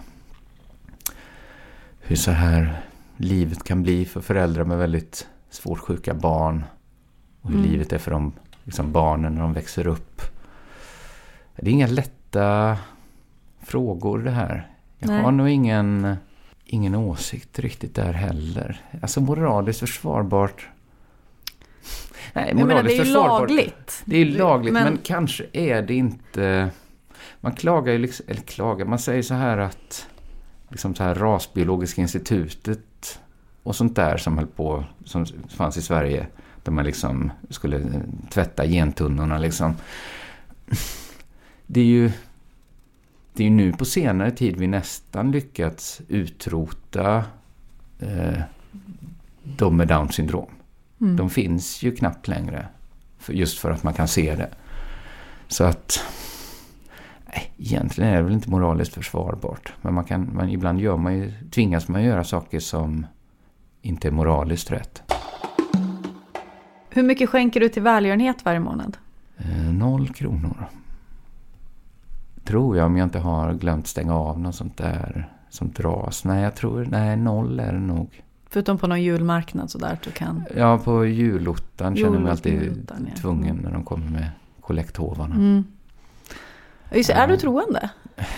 hur så här livet kan bli för föräldrar med väldigt svårt sjuka barn och hur mm. livet är för de liksom barnen när de växer upp. Det är inga lätta frågor det här. Jag Nej. har nog ingen ingen åsikt riktigt där heller. Alltså moraliskt försvarbart. Nej, moraliskt menar, det är ju försvarbart. lagligt. Det är ju lagligt, men... men kanske är det inte... Man klagar ju liksom, eller klagar, man säger så här att liksom så här rasbiologiska institutet och sånt där som höll på, som fanns i Sverige, där man liksom skulle tvätta gentunnorna liksom. Det är ju det är ju nu på senare tid vi nästan lyckats utrota eh, de med Down syndrom. Mm. De finns ju knappt längre, för, just för att man kan se det. Så att nej, egentligen är det väl inte moraliskt försvarbart, men man kan, man, ibland gör man ju, tvingas man göra saker som inte är moraliskt rätt. Hur mycket skänker du till välgörenhet varje månad? Eh, noll kronor. Tror jag, om jag inte har glömt stänga av något sånt där som dras. Nej, jag tror, nej, noll är det nog. Förutom på någon julmarknad så där du kan... Ja, på julottan känner jag mig alltid ja. tvungen när de kommer med kollekthovarna. Mm. Just, är du troende?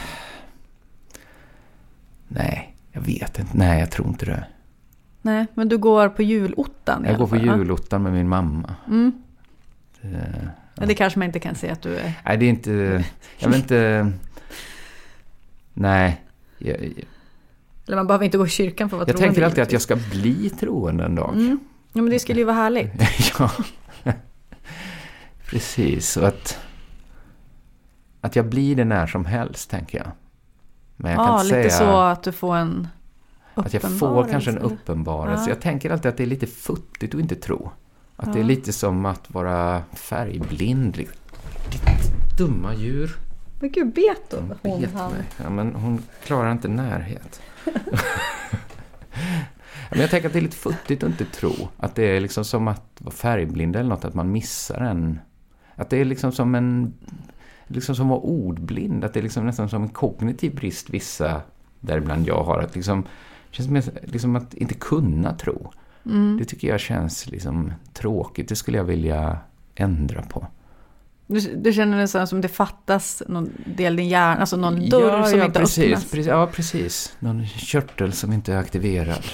Nej, jag vet inte. Nej, jag tror inte det. Nej, men du går på julottan i Jag går på fall, julottan med min mamma. Mm. Det, ja. det kanske man inte kan se att du är... Nej, det är inte... Jag vet inte... Nej. Jag, jag, Eller man behöver inte gå i kyrkan för att vara jag troende. Jag tänker alltid att jag ska bli troende en dag. Mm. Ja, men det skulle ju vara härligt. Ja. Precis. Och att... Att jag blir det när som helst, tänker jag. Men jag ja, kan lite säga så att du får en att jag får kanske en uppenbarelse. Ja. Jag tänker alltid att det är lite futtigt att inte tro. Att ja. det är lite som att vara färgblind. Ditt dumma djur. Men gud, bet då? Hon, hon bet han. mig. Ja, men hon klarar inte närhet. Men jag tänker att det är lite futtigt att inte tro. Att det är liksom som att vara färgblind eller något. Att man missar en... Att det är liksom som en... Liksom som att vara ordblind. Att det är liksom nästan som en kognitiv brist vissa, däribland jag har. Att liksom... känns mer, liksom att inte kunna tro. Mm. Det tycker jag känns liksom tråkigt. Det skulle jag vilja ändra på. Du, du känner nästan som det fattas någon del i din hjärna, alltså någon dörr ja, som ja, inte precis, öppnas. Precis, ja, precis. Någon körtel som inte är aktiverad.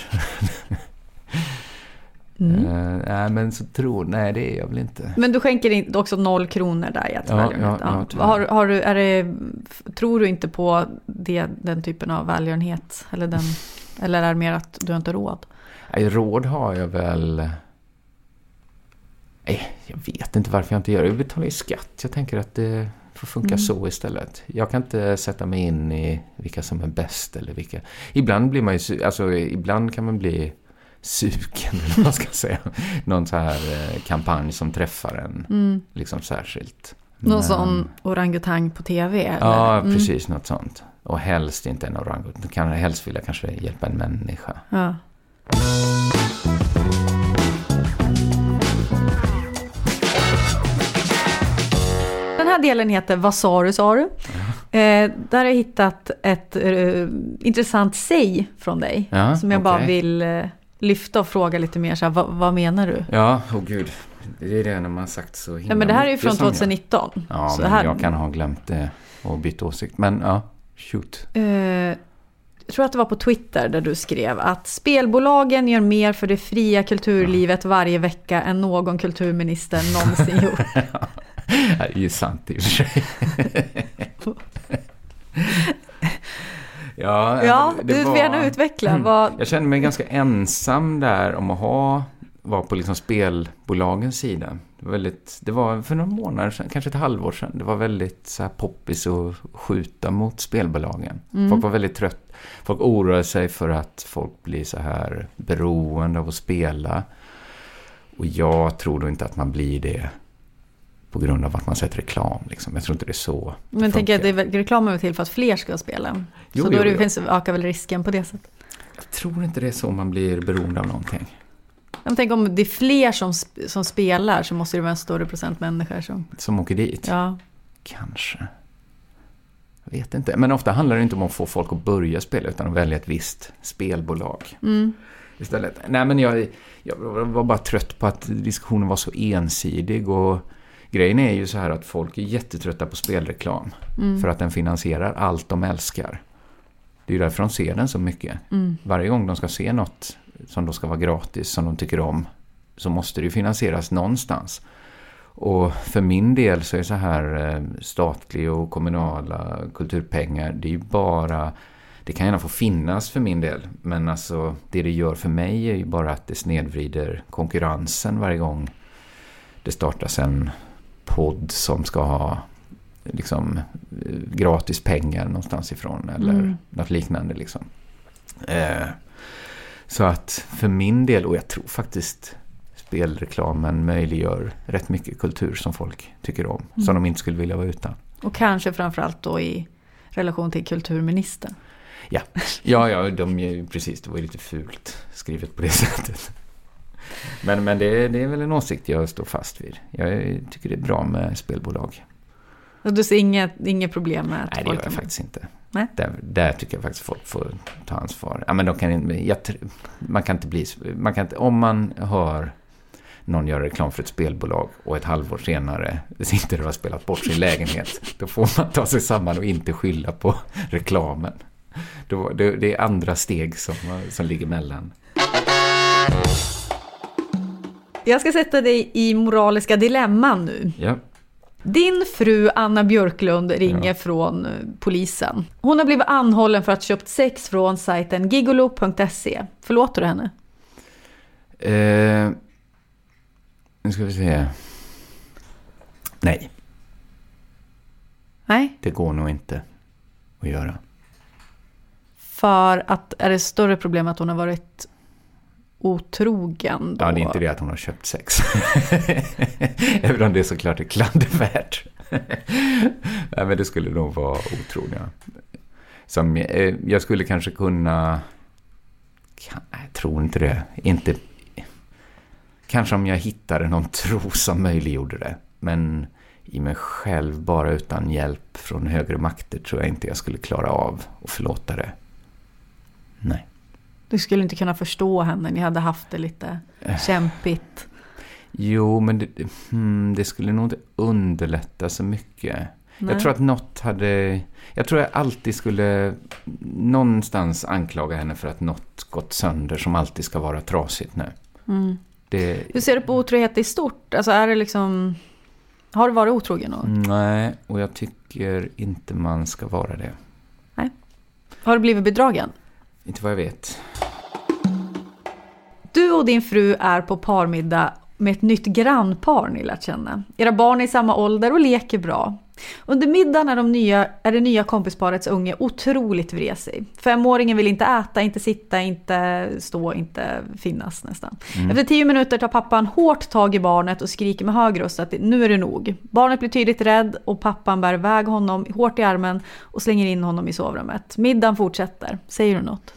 mm. uh, nej, men så tror, nej det är jag väl inte. Men du skänker också noll kronor där i att ja, ja, ja, ja. Har, har du, är det, tror du inte på det, den typen av välgörenhet? Eller, den, eller är det mer att du inte har råd? Nej, råd har jag väl... Nej, jag vet inte varför jag inte gör det. Jag betalar ju skatt. Jag tänker att det får funka mm. så istället. Jag kan inte sätta mig in i vilka som är bäst eller vilka... Ibland blir man ju... Alltså, ibland kan man bli sugen, eller vad man ska säga. Någon så här eh, kampanj som träffar en mm. liksom särskilt. Någon Men... sån orangutang på tv? Eller? Ja, precis. Mm. Något sånt. Och helst inte en orangutang. Kan helst vilja kanske hjälpa en människa. Ja. Den här delen heter Vad sa du, sa du? Ja. Eh, där har jag hittat ett eh, intressant säg från dig. Ja, som jag okay. bara vill eh, lyfta och fråga lite mer. Så här, vad, vad menar du? Ja, åh oh gud. Det är det när man har sagt så himla. Ja, men det här är ju från tjugonitton. Jag. Ja, så men här... jag kan ha glömt det och bytt åsikt. Men ja, shoot. Eh, jag tror att det var på Twitter där du skrev att spelbolagen gör mer för det fria kulturlivet ja. varje vecka än någon kulturminister någonsin gjort. Ja. Det är ju sant i och för sig. ja, ja det du var, vill gärna utveckla. Vad... Jag kände mig ganska ensam där om att ha var på liksom spelbolagens sida. Det var, väldigt, det var för några månader sedan, kanske ett halvår sedan. Det var väldigt så här poppis att skjuta mot spelbolagen. Mm. Folk var väldigt trött. Folk oroade sig för att folk blir så här beroende av att spela. Och jag tror då inte att man blir det på grund av att man sätter reklam. Liksom. Jag tror inte det är så. Men tänker att det är reklam är till för att fler ska spela. Jo, så då jo, det jo. Finns, ökar väl risken på det sättet. Jag tror inte det är så man blir beroende av någonting. Jag tänker om det är fler som, som spelar så måste det vara en större procent människor som... Som åker dit? Ja. Kanske. Jag vet inte. Men ofta handlar det inte om att få folk att börja spela utan att välja ett visst spelbolag. Mm. Istället. Nej, men jag, jag var bara trött på att diskussionen var så ensidig och grejen är ju så här att folk är jättetrötta på spelreklam mm. för att den finansierar allt de älskar. Det är ju därför de ser den så mycket. Mm. Varje gång de ska se något som då ska vara gratis, som de tycker om, så måste det ju finansieras någonstans. Och för min del så är så här statliga och kommunala kulturpengar, det är ju bara, det kan gärna få finnas för min del, men alltså det det gör för mig är ju bara att det snedvrider konkurrensen varje gång det startas en podd som ska ha liksom gratis pengar någonstans ifrån eller mm. något liknande liksom. Eh, så att för min del, och jag tror faktiskt spelreklamen möjliggör rätt mycket kultur som folk tycker om, mm. som de inte skulle vilja vara utan. Och kanske framförallt då i relation till kulturministern. Ja, ja, ja de, precis, det var lite fult skrivet på det sättet. Men, men det, det är väl en åsikt jag står fast vid. Jag tycker det är bra med spelbolag. Och du ser inget, inget problem med att Nej, det gör jag faktiskt inte. Nej? Där, där tycker jag faktiskt folk får ta ansvar. Ja, men de kan, jag, man kan inte bli... Man kan inte, om man hör någon göra reklam för ett spelbolag och ett halvår senare sitter och har spelat bort sin lägenhet, då får man ta sig samman och inte skylla på reklamen. Då, det, det är andra steg som, som ligger mellan. Jag ska sätta dig i moraliska dilemman nu. Ja. Din fru Anna Björklund ringer ja. från polisen. Hon har blivit anhållen för att ha köpt sex från sajten gigolo punkt se. Förlåter du henne? Eh, nu ska vi se. Nej. Nej? Det går nog inte att göra. För att är det större problem att hon har varit otrogen då? Ja, det är inte det att hon har köpt sex. Även om det såklart är klandervärt. Nej, men det skulle nog vara otrogen. Ja. Som, eh, jag skulle kanske kunna... Kan, jag tror inte det. Inte, kanske om jag hittade någon tro som möjliggjorde det. Men i mig själv, bara utan hjälp från högre makter, tror jag inte jag skulle klara av att förlåta det. Nej. Du skulle inte kunna förstå henne. Ni hade haft det lite kämpigt. Jo, men det, hmm, det skulle nog inte underlätta så mycket. Nej. Jag tror att något hade... Jag tror jag alltid skulle någonstans anklaga henne för att något gått sönder som alltid ska vara trasigt nu. Mm. Det, Hur ser du på otrohet i stort? Alltså är det liksom... Har du varit otrogen någon? Nej, och jag tycker inte man ska vara det. Nej. Har du blivit bedragen? Inte vad jag vet. Du och din fru är på parmiddag med ett nytt grannpar ni lärt känna. Era barn är i samma ålder och leker bra. Under middagen är, de nya, är det nya kompisparets unge otroligt vresig. Femåringen vill inte äta, inte sitta, inte stå, inte finnas nästan. Mm. Efter tio minuter tar pappan hårt tag i barnet och skriker med hög röst att nu är det nog. Barnet blir tydligt rädd och pappan bär iväg honom hårt i armen och slänger in honom i sovrummet. Middagen fortsätter. Säger du något?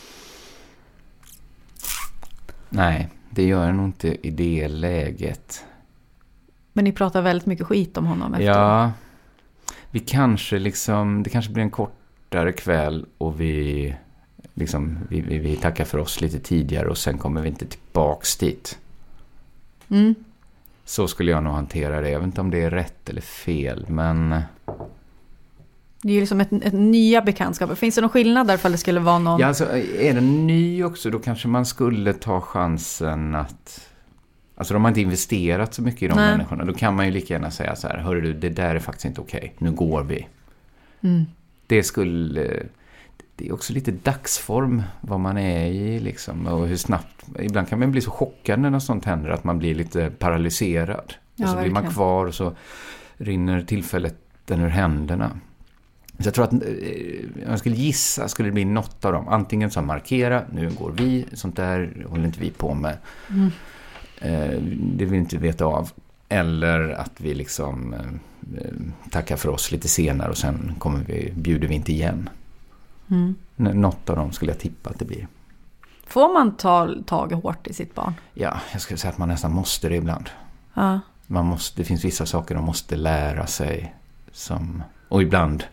Nej, det gör jag nog inte i det läget. Men ni pratar väldigt mycket skit om honom efter. Ja, vi kanske liksom, det kanske blir en kortare kväll och vi liksom, vi, vi, vi tackar för oss lite tidigare och sen kommer vi inte tillbaks dit. Mm. Så skulle jag nog hantera det. Jag vet inte om det är rätt eller fel, men... Det är ju liksom ett, ett nya bekantskap. Finns det någon skillnad där för att det skulle vara någon... Ja, alltså är den ny också, då kanske man skulle ta chansen att... Alltså de har inte investerat så mycket i de Nej. människorna. Då kan man ju lika gärna säga så här: hörru du, det där är faktiskt inte okej. Nu går vi. Mm. Det skulle... det är också lite dagsform vad man är i liksom, och hur snabbt. Ibland kan man bli så chockad när något sånt händer att man blir lite paralyserad. Ja, och så verkligen. Blir man kvar och så rinner tillfället den ur händerna. Så jag tror att jag skulle gissa skulle det bli något av dem. Antingen som markera, nu går vi, sånt där håller inte vi på med. Mm. Eh, det vill vi inte veta av. Eller att vi liksom eh, tackar för oss lite senare och sen kommer vi, bjuder vi inte igen. Mm. Något av dem skulle jag tippa att det blir. Får man ta tag hårt i sitt barn? Ja, jag skulle säga att man nästan måste det ibland. Ja. Man måste, det finns vissa saker de måste lära sig. Som, och ibland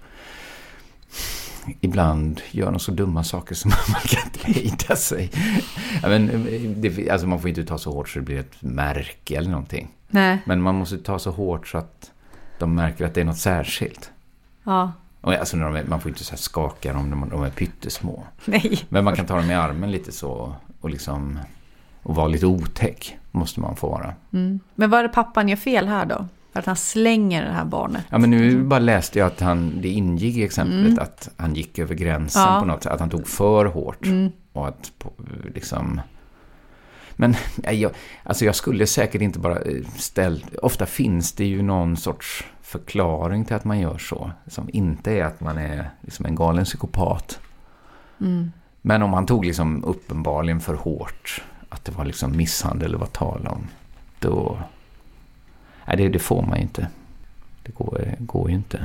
ibland gör de så dumma saker som man kan inte hejda sig. Ja, men, det, alltså man får inte ta så hårt så det blir ett märke eller någonting. Nej. Men man måste ta så hårt så att de märker att det är något särskilt. Ja. Och alltså när de är, man får inte så här skaka dem när de är pyttesmå. Nej. Men man kan ta dem i armen lite så och liksom och vara lite otäck måste man få vara. Mm. Men vad är det pappan gör fel här då? Att han slänger det här barnet. Ja, men nu bara läste jag att han, det ingick i exemplet mm. att han gick över gränsen ja. på något sätt. Att han tog för hårt. Mm. Och att liksom... Men jag, alltså jag skulle säkert inte bara ställa... Ofta finns det ju någon sorts förklaring till att man gör så. Som inte är att man är liksom en galen psykopat. Mm. Men om han tog liksom uppenbarligen för hårt. Att det var liksom misshandel eller vad tal om. Då... Nej, det, det får man inte. Det går, går ju inte.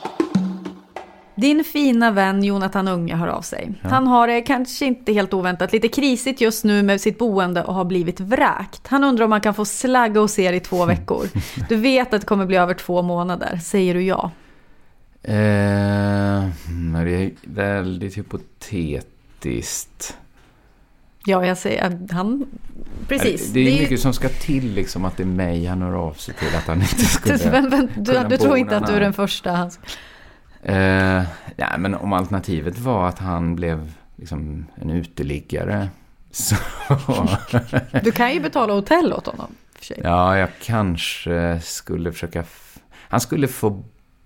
Din fina vän Jonathan Unge hör av sig. Ja. Han har det kanske inte helt oväntat lite krisigt just nu med sitt boende och har blivit vräkt. Han undrar om man kan få slagga och se i två veckor. Du vet att det kommer bli över två månader. Säger du ja? Eh, det är väldigt hypotetiskt. Ja, jag säger att han... Precis. Det är, det är mycket ju... som ska till liksom att det är mig han hör av sig till att han inte skulle... men, men, du du tror inte att du är den första? Hans... Eh, nej, men om alternativet var att han blev liksom en uteliggare så... Du kan ju betala hotell åt honom. För sig. Ja, jag kanske skulle försöka... F... Han skulle få...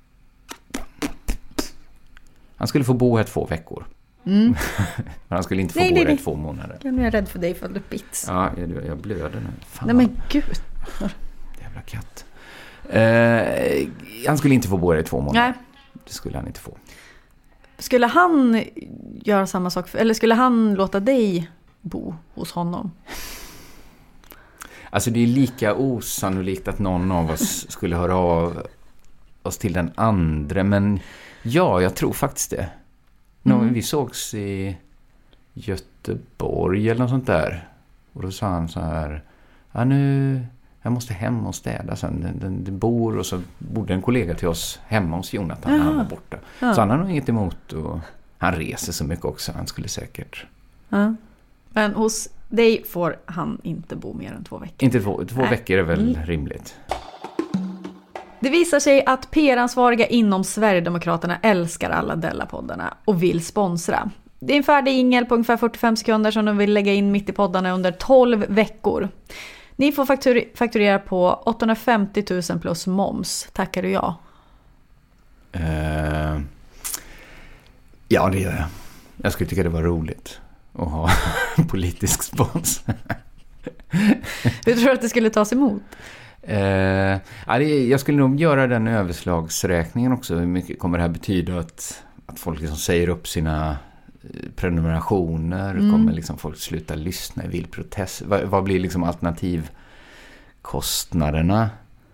Han skulle få bo här två veckor. Mm. Men han skulle inte få nej, bo nej, där i två månader. Jag är rädd för dig för att du bits. Ja, jag, jag blöder nu. Fan. Nej men gud. Jävla katt. Eh, han skulle inte få bo där i två månader. Nej. Det skulle han inte få. Skulle han göra samma sak? För, eller skulle han låta dig bo hos honom? Alltså det är lika osannolikt att någon av oss skulle höra av oss till den andra. Men ja, jag tror faktiskt det. Mm. Vi sågs i Göteborg eller något sånt där. Och då sa han så här: ja, nu, jag måste hem och städa sen. Den, den, den bor, och så bodde en kollega till oss hemma hos Jonathan när han var borta. Ja. Så han har nog inget emot, och han reser så mycket också. Han skulle säkert... Ja. Men hos dig får han inte bo mer än två veckor? Inte två, två veckor är väl mm. rimligt. Det visar sig att P R-ansvariga inom Sverigedemokraterna älskar alla Della-poddarna och vill sponsra. Det är en färdig ingel på ungefär fyrtiofem sekunder som de vill lägga in mitt i poddarna under tolv veckor. Ni får faktur- fakturera på åttahundrafemtio tusen plus moms. Tackar du ja? Uh, ja, det gör jag. Jag skulle tycka det var roligt att ha politisk spons. Hur tror du att det skulle tas emot? Uh, jag skulle nog göra den överslagsräkningen också. Hur mycket kommer det här betyda att, att folk liksom säger upp sina prenumerationer? Mm. Kommer liksom folk sluta lyssna i vild protest? Vad, vad blir liksom alternativkostnaderna?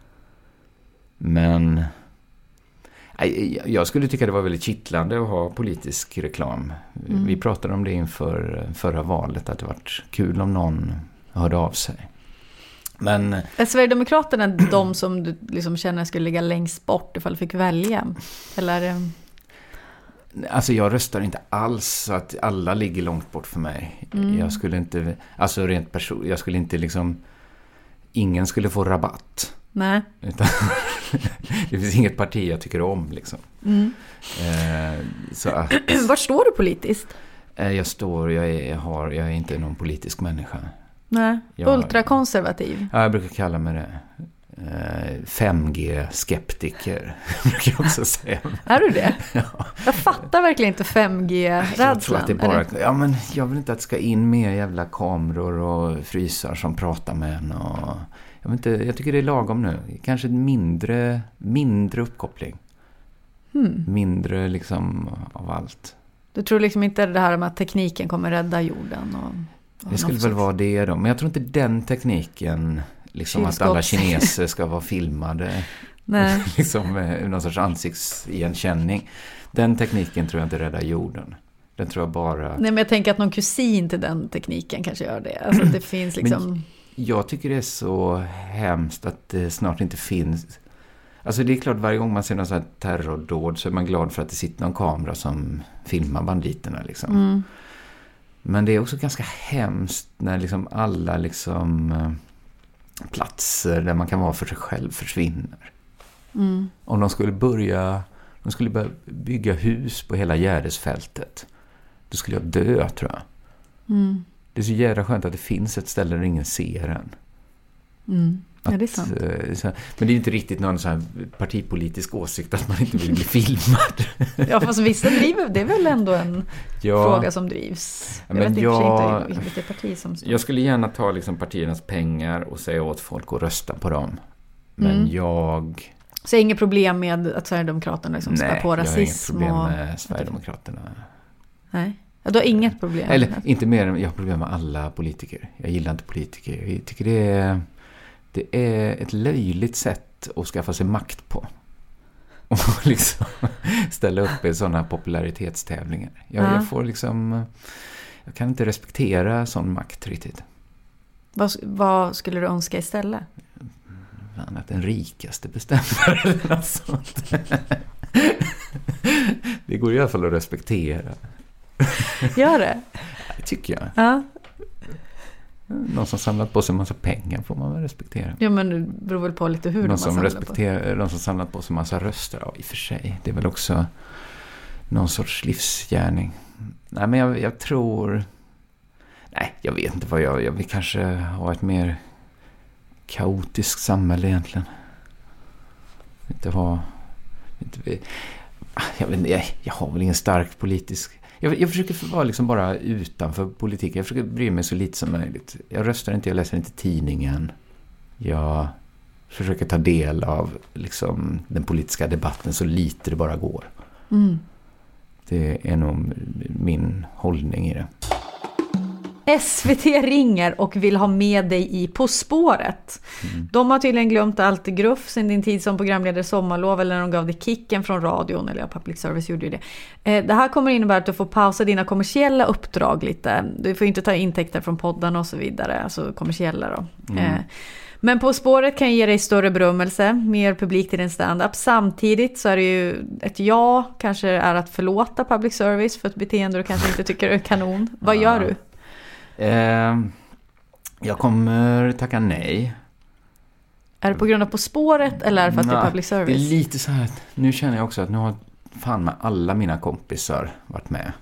Men jag skulle tycka det var väldigt kittlande att ha politisk reklam. Mm. Vi pratade om det inför förra valet, att det var kul om någon hörde av sig. Men är Sverigedemokraterna de som du liksom känner skulle ligga längst bort ifall du fick välja? Eller? Alltså jag röstar inte alls så att alla ligger långt bort för mig. Mm. Jag skulle inte, alltså rent person, jag skulle inte liksom, ingen skulle få rabatt. Nej. Utan, det finns inget parti jag tycker om liksom. Mm. Eh, så att, var står du politiskt? Eh, jag står, jag är, jag har, jag är inte någon politisk människa. Nej, jag, ultrakonservativ. Ja, jag brukar kalla mig det. fem G-skeptiker, brukar jag också säga. Är du det? Ja. Jag fattar verkligen inte fem G-rädslan. Jag tror att det är bara, ja, men jag vill inte att det ska in mer jävla kameror och frysar som pratar med en. Och, jag, vet inte, jag tycker det är lagom nu. Kanske mindre, mindre uppkoppling. Hmm. Mindre liksom av allt. Du tror liksom inte det här med att tekniken kommer rädda jorden? Och, och det skulle väl vara det då. Men jag tror inte den tekniken... Liksom att alla kineser ska vara filmade. Nej. liksom med någon sorts ansiktsigenkänning. Den tekniken tror jag inte räddar jorden. Den tror jag bara... Nej, men jag tänker att någon kusin till den tekniken kanske gör det. Alltså att det finns liksom... Men jag tycker det är så hemskt att det snart inte finns... Alltså det är klart, varje gång man ser någon sån här terrordåd så är man glad för att det sitter någon kamera som filmar banditerna liksom. Mm. Men det är också ganska hemskt när liksom alla liksom... platser där man kan vara för sig själv försvinner. Mm. Om de skulle börja de skulle börja bygga hus på hela Gärdesfältet, då skulle jag dö, tror jag. Mm. Det är så jävla skönt att det finns ett ställe där ingen ser en. Mm. Ja, att, det är sant. Men det är inte riktigt någon sån här partipolitisk åsikt att man inte vill bli filmad. Ja, fast vissa driver, det är väl ändå en ja. fråga som drivs. Jag men vet inte jag, inte vilket parti som står. Jag skulle gärna ta liksom partiernas pengar och säga åt folk att rösta på dem. Men mm. jag... Så inget problem med att Sverigedemokraterna liksom spär på rasism? Nej, jag har inget problem med Sverigedemokraterna. Nej, ja, du har inget problem? Eller inte mer än jag har problem med alla politiker. Jag gillar inte politiker. Jag tycker det är... Det är ett löjligt sätt att skaffa sig makt på. Och liksom ställa upp i sådana popularitetstävlingar. Jag, ja. jag får liksom... Jag kan inte respektera sån makt riktigt. Vad, vad skulle du önska istället? Att den rikaste bestämmer eller något sånt. Det går i alla fall att respektera. Gör det? Det tycker jag. Ja. Någon som samlat på sig en massa pengar får man väl respektera. Ja, men det beror väl på lite hur någon de som har respekterar, någon som samlat på sig en massa röster. Ja, i och för sig. Det är väl också någon sorts livsgärning. Nej, men jag, jag tror... Nej, jag vet inte vad jag... Jag vill kanske ha ett mer kaotiskt samhälle egentligen. Inte ha... Inte, jag, vet, jag, jag har väl ingen stark politisk... Jag, jag försöker vara liksom bara utanför politiken. Jag försöker bry mig så lite som möjligt. Jag röstar inte, jag läser inte tidningen. Jag försöker ta del av liksom, den politiska debatten så lite det bara går. Mm. Det är nog min hållning i det. S V T ringer och vill ha med dig i På spåret. Mm. De har tydligen glömt allt i gruff sen din tid som programledare Sommarlov eller när de gav dig kicken från radion, eller ja, public service gjorde ju det. Eh, det här kommer innebära att du får pausa dina kommersiella uppdrag lite. Du får inte ta intäkter från poddarna och så vidare, alltså kommersiella då. Mm. Eh, men På spåret kan ge dig större berömmelse, mer publik till din stand-up. Samtidigt så är det ju ett ja, kanske är att förlåta public service för ett beteende du kanske inte tycker är kanon. Vad ja. gör du? Eh, jag kommer tacka nej. Är det på grund av På spåret eller för att Nå, det är public service? Det är lite så här, nu känner jag också att nu har fan med alla mina kompisar varit med.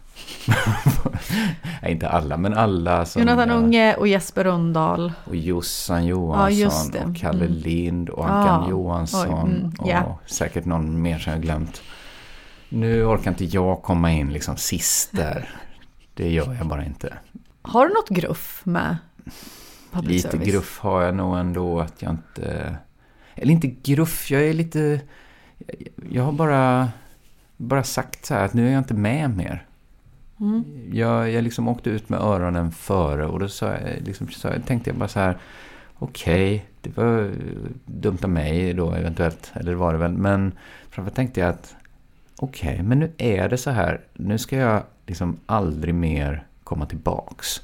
Nej, inte alla, men alla som... Jonathan Unge och Jesper Rönndahl. Och Jossan Johansson ja, och Kalle mm. Lind och Ankan ah, Johansson. Oj, mm, yeah. Och säkert någon mer som jag glömt. Nu orkar inte jag komma in liksom sist där. Det gör jag bara inte. Har du något gruff med public lite service? Gruff har jag nog ändå att jag inte... Eller inte gruff, jag är lite... Jag har bara, bara sagt så här att nu är jag inte med mer. Mm. Jag, jag liksom åkte ut med öronen före och då sa jag, liksom, så tänkte jag bara så här: okej, okay, det var dumt av mig då eventuellt, eller var det väl, men framför tänkte jag att okej, okay, men nu är det så här, nu ska jag liksom aldrig mer komma tillbaks.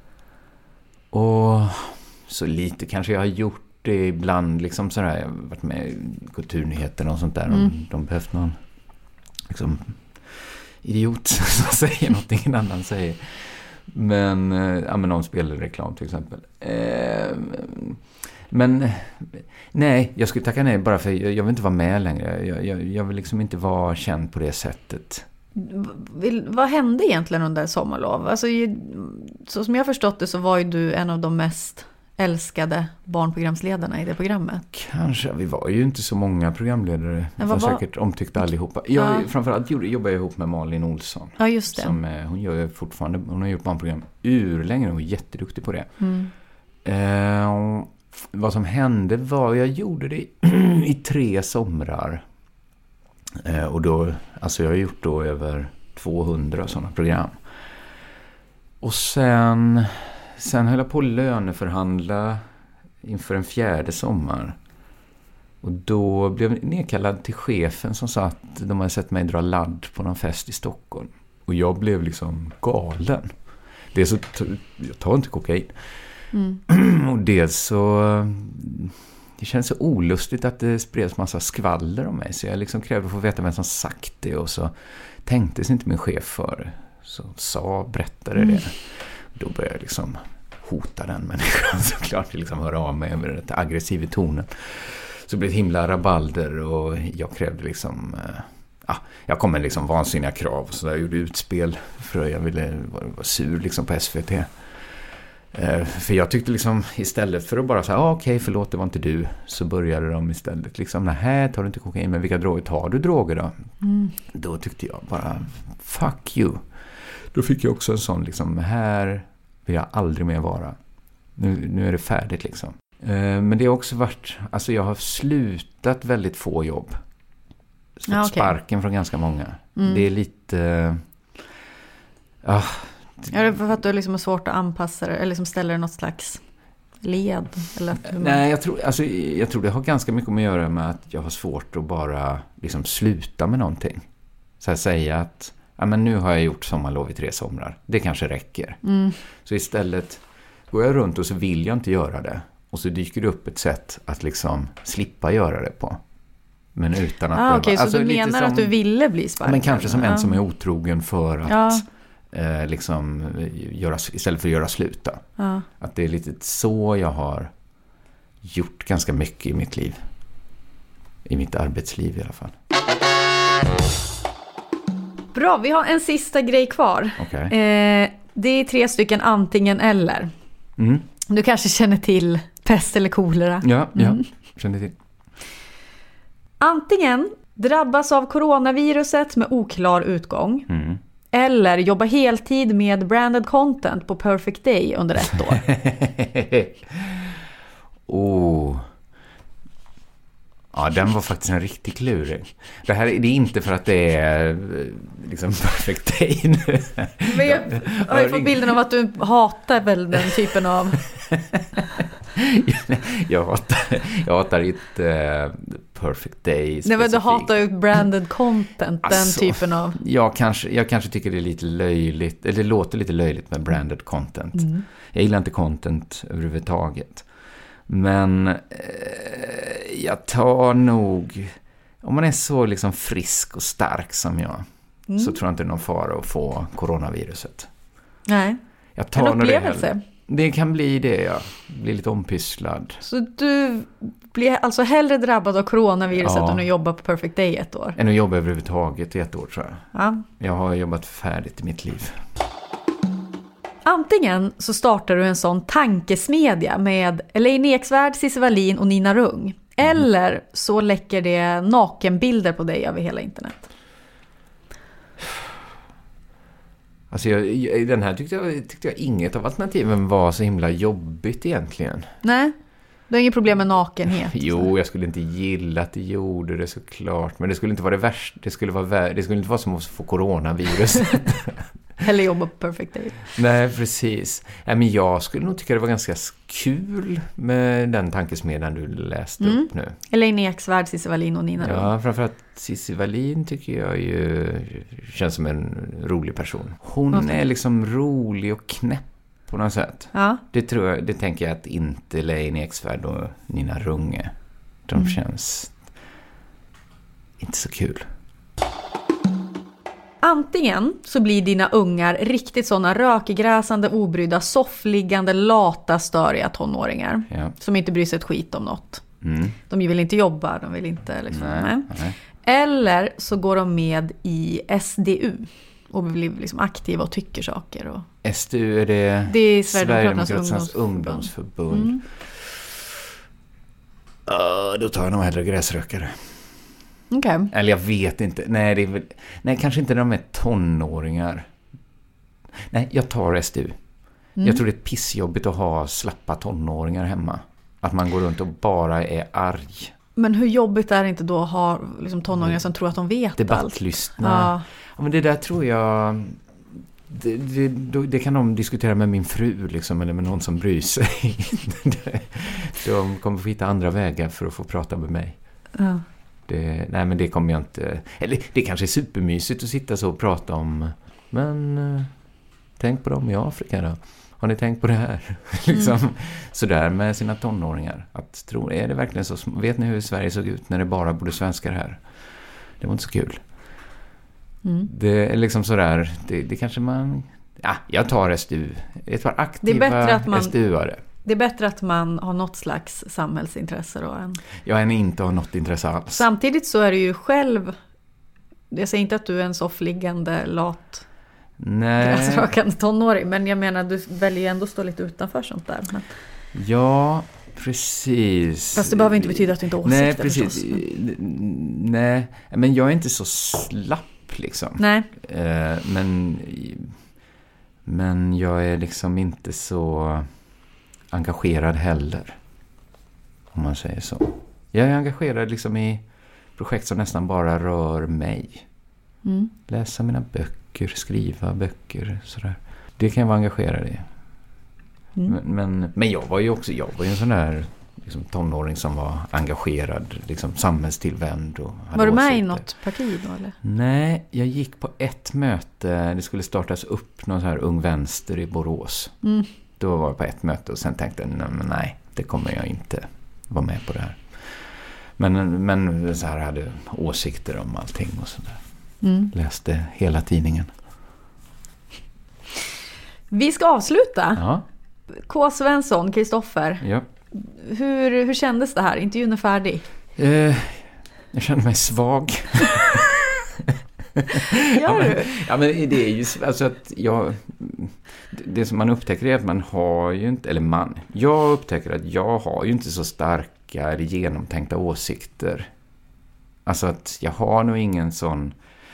Och så lite kanske jag har gjort det ibland liksom sådär, jag har varit med i kulturnyheterna och sånt där, mm. de, de behövt någon liksom idiot som säger någonting en annan säger. Men, ja, men någon spelar reklam till exempel. Eh, men nej, jag skulle tacka nej bara för jag, jag vill inte vara med längre. Jag, jag, jag vill liksom inte vara känd på det sättet. Vill, vad hände egentligen under Sommarlov? Alltså, så som jag har förstått det så var ju du en av de mest älskade barnprogramsledarna i det programmet? Kanske, vi var ju inte så många programledare. Vi var var... säkert omtyckta allihopa. Jag ja. framförallt jobbade jag ihop med Malin Olsson. Ja, just det. Som, hon gör ju fortfarande, hon har gjort barnprogram urlänge och är jätteduktig på det. Mm. Eh, vad som hände var, jag gjorde det i tre somrar. Eh, och då, alltså jag har gjort då över tvåhundra sådana program. Och sen, sen höll jag på att löneförhandla inför en fjärde sommar. Och då blev jag nedkallad till chefen som sa att de hade sett mig dra ladd på någon fest i Stockholm. Och jag blev liksom galen. Det är så, jag tar inte kokain. Mm. Och dels så, det känns så olustigt att det spreds massa skvaller om mig. Så jag liksom krävde att få veta vem som sagt det. Och så tänkte sig inte min chef för. Så sa, berättade mm. det. Då började jag liksom hota den människan såklart. Liksom höra av mig med det aggressiva tonen. Så det blev ett himla rabalder och jag krävde liksom... Ja, jag kom med liksom vansinniga krav. Så jag gjorde utspel för att jag ville vara, vara sur liksom på S V T. Eh, för jag tyckte liksom istället för att bara säga ah, okej, okay, förlåt, det var inte du. Så började de istället liksom, nej, tar du inte kokain, men vilka droger tar du droger då? Mm. Då tyckte jag bara, fuck you. Då fick jag också en sån liksom, här vill jag aldrig mer vara. Nu, nu är det färdigt liksom. Eh, men det har också varit, alltså jag har slutat väldigt få jobb. Så ja, okay. Sparken från ganska många. Mm. Det är lite... Uh, uh, är det för att du liksom har svårt att anpassa det? Eller liksom ställer det något slags led? Eller att man... Nej, jag tror, alltså, jag tror det har ganska mycket att göra med att jag har svårt att bara liksom sluta med någonting. Så att säga att ja, men nu har jag gjort sommarlov i tre somrar. Det kanske räcker. Mm. Så istället går jag runt och så vill jag inte göra det. Och så dyker det upp ett sätt att liksom slippa göra det på. Men utan att... Ah, okej, okay, alltså, så du menar som, att du ville bli sparkad? Men kanske som en ja. som är otrogen för att ja. eh, liksom göra, istället för att göra sluta. Ja. Att det är lite så jag har gjort ganska mycket i mitt liv. I mitt arbetsliv i alla fall. Bra, vi har en sista grej kvar. Okay. Eh, det är tre stycken antingen eller. Mm. Du kanske känner till pest eller kolera. Ja, ja. Mm. Känner till. Antingen drabbas av coronaviruset med oklar utgång. Mm. Eller jobba heltid med branded content på Perfect Day under ett år. oh. Ja, den var faktiskt en riktig kluring. Det här det är inte för att det är liksom Perfect Day nu. Men jag, jag har ju fått bilden av att du hatar väl den typen av... jag hatar, jag hatar inte uh, Perfect Day specifikt. Nej, men du hatar ju branded content, alltså, den typen av... Jag kanske, jag kanske tycker det är lite löjligt, eller det låter lite löjligt med branded content. Mm. Jag gillar inte content överhuvudtaget. Men eh, jag tar nog, om man är så liksom frisk och stark som jag, mm. så tror jag inte det är någon fara att få coronaviruset. Nej, jag tar en upplevelse. Det, det kan bli det, ja. Bli lite ompysslad. Så du blir alltså hellre drabbad av coronaviruset ja. än att jobba på Perfect Day ett år? Än att jobba överhuvudtaget i ett år, tror jag. Ja. Jag har jobbat färdigt i mitt liv. Antingen så startar du en sån tankesmedja med Elaine Eksvärd, Cissi Wallin och Nina Rung. Mm. Eller så läcker det nakenbilder på dig över hela internet. Alltså jag, i den här tyckte jag, tyckte jag inget av alternativen var så himla jobbigt egentligen. Nej, du har inget problem med nakenhet. Jo, jag skulle inte gilla att det gjorde det såklart. Men det skulle inte vara det värsta. Det skulle, vara, det skulle inte vara som att få coronavirus. Eller jobba på Perfect Day. Nej, precis. Nej, men jag skulle nog tycka det var ganska kul med den tankesmedjan du läste mm. upp nu. Elaine Eksvärd, Cissi Wallin och Nina Rung. Ja, framförallt Cissi Wallin tycker jag ju känns som en rolig person. Hon mm. är liksom rolig och knäpp på något sätt. Ja. Det tror jag, det tänker jag att inte Elaine Eksvärd och Nina Rung är. De mm. känns inte så kul. Antingen så blir dina ungar riktigt såna rökgräsande, obrydda, soffliggande, lata, störiga tonåringar. Ja. Som inte bryr sig ett skit om något. Mm. De vill inte jobba, de vill inte liksom, nej, nej. Nej. Eller så går de med i S D U. och blir liksom aktiva och tycker saker. Och... S D U är det, det är Sverigedemokraternas, Sverigedemokraternas ungdomsförbund. ungdomsförbund. Mm. Uh, då tar jag nog hellre gräsrökare. Okay. Eller jag vet inte. Nej, det är väl, nej, kanske inte när de är tonåringar. Nej, jag tar S D U. Mm. Jag tror det är pissjobbigt att ha slappa tonåringar hemma. Att man går runt och bara är arg. Men hur jobbigt är det inte då att ha liksom, tonåringar mm. som tror att de vet Debattlystna. allt? Ja. Ja, men det där tror jag... Det, det, det kan de diskutera med min fru liksom, eller med någon som bryr sig. De kommer få hitta andra vägar för att få prata med mig. Ja. Det, nej, men det kommer jag inte... Eller det kanske är supermysigt att sitta så och prata om... Men eh, tänk på dem i Afrika då. Har ni tänkt på det här? liksom, mm. Sådär med sina tonåringar. Att tro, är det verkligen så? Vet ni hur Sverige såg ut när det bara bodde svenskar här? Det var inte så kul. Mm. Det är liksom sådär... Det, det kanske man... Ja, jag tar S D U. Jag tar aktiva det är bättre att man, S D U-are. Det är bättre att man har något slags samhällsintresse då än... Jag än inte har något intresse alls. Samtidigt så är du ju själv... Jag säger inte att du är en soffliggande lat... Nej. Gräsrökande tonåring, men jag menar du väljer ju ändå att stå lite utanför sånt där. Men... Ja, precis. Fast det behöver inte betyda att du inte har åsikter. Nej, precis. Men... Nej, men jag är inte så slapp liksom. Nej. Eh, men, men jag är liksom inte så engagerad heller. Om man säger så. Jag är engagerad liksom i projekt som nästan bara rör mig. Mm. Läsa mina böcker, skriva böcker, sådär. Det kan jag vara engagerad i. Mm. Men, men, men jag var ju också jag var ju en sån där liksom, tonåring som var engagerad, liksom samhällstillvänd. Och var du med åsikter. I något parti då? Eller? Nej, jag gick på ett möte. Det skulle startas upp någon sån här ung vänster i Borås. Mm. Då var jag på ett möte och sen tänkte jag, nej, nej det kommer jag inte vara med på det här. Men, men så här hade åsikter om allting och sådär. Mm. Läste hela tidningen. Vi ska avsluta. Ja. K. Svensson, Kristoffer. Ja. Hur, hur kändes det här? Intervjun är färdig. Eh, jag kände mig svag. Gör ja, men, du? ja, men det är ju alltså att jag... Det som man upptäcker är att man har ju inte... Eller man... Jag upptäcker att jag har ju inte så starka eller genomtänkta åsikter. Alltså att jag har nog ingen sån...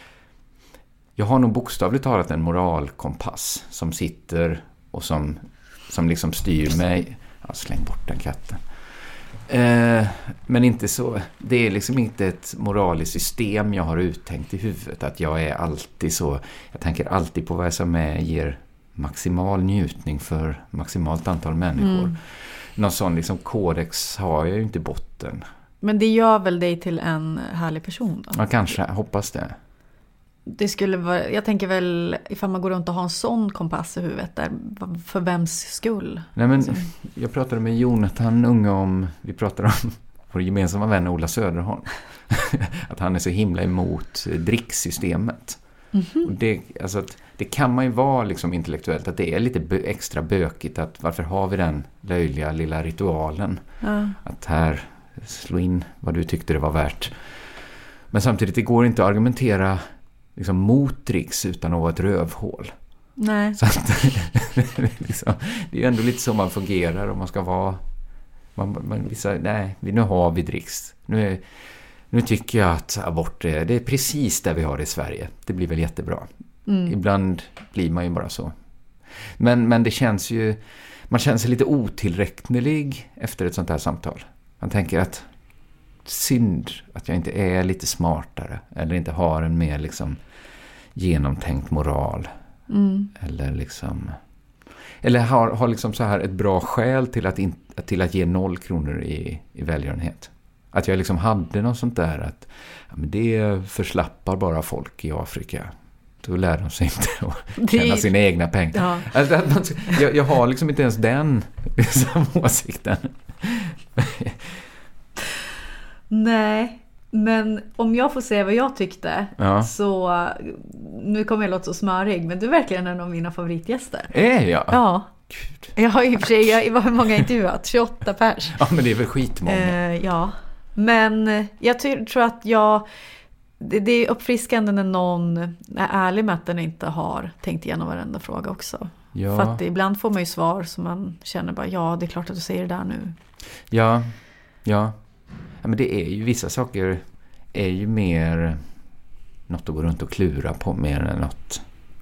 Jag har nog bokstavligt talat en moralkompass som sitter och som, som liksom styr mig. Ja, släng bort den katten. Eh, men inte så. Det är liksom inte ett moraliskt system jag har uttänkt i huvudet. Att jag är alltid så. Jag tänker alltid på vad som är, ger maximal njutning för maximalt antal människor. Mm. Någon sån liksom kodex har jag ju inte i botten. Men det gör väl dig till en härlig person då? Ja, kanske. Hoppas det. Det skulle vara, jag tänker väl ifall man går runt och har en sån kompass i huvudet där, för vems skull? Nej, men jag pratade med Jonathan Unge om, vi pratade om vår gemensamma vän Ola Söderholm. Att han är så himla emot dricksystemet. Mm-hmm. Och det, alltså att, det kan man ju vara liksom intellektuellt, att det är lite bö- extra bökigt att varför har vi den löjliga lilla ritualen? Ja. Att här slå in vad du tyckte det var värt. Men samtidigt, det går inte att argumentera liksom mot dricks utan att vara ett rövhål. Nej. Så att, liksom, det är ju ändå lite så man fungerar om man ska vara... Man, man, vissa, nej, nu har vi dricks. Nu, är, nu tycker jag att abort är, det är precis där vi har det i Sverige. Det blir väl jättebra. Mm. Ibland blir man ju bara så. Men, men det känns ju... Man känner sig lite otillräcklig efter ett sånt här samtal. Man tänker att synd att jag inte är lite smartare eller inte har en mer liksom genomtänkt moral. Mm. Eller liksom eller har, har liksom så här ett bra skäl till att, in, till att ge noll kronor i, i välgörenhet. Att jag liksom hade något sånt där att ja, men det förslappar bara folk i Afrika. Då lär de sig inte att tjäna sina egna pengar. Ja. Alltså, att man, jag, jag har liksom inte ens den liksom, åsikten. Nej, men om jag får säga vad jag tyckte, ja. Så nu kommer jag låta så smörig, men du är verkligen en av mina favoritgäster. Är jag? Ja. Gud. Jag har ju för sig, jag, hur många intervjuat? tjugoåtta pers. Ja, men det är väl skitmånga. Eh, ja, men jag ty- tror att jag, det, det är uppfriskande när någon är ärlig med att den inte har tänkt igenom varenda fråga också. Ja. För att ibland får man ju svar som man känner bara, ja det är klart att du säger det där nu. Ja, ja. Ja, men det är ju vissa saker är ju mer något att gå runt och klura på mer än något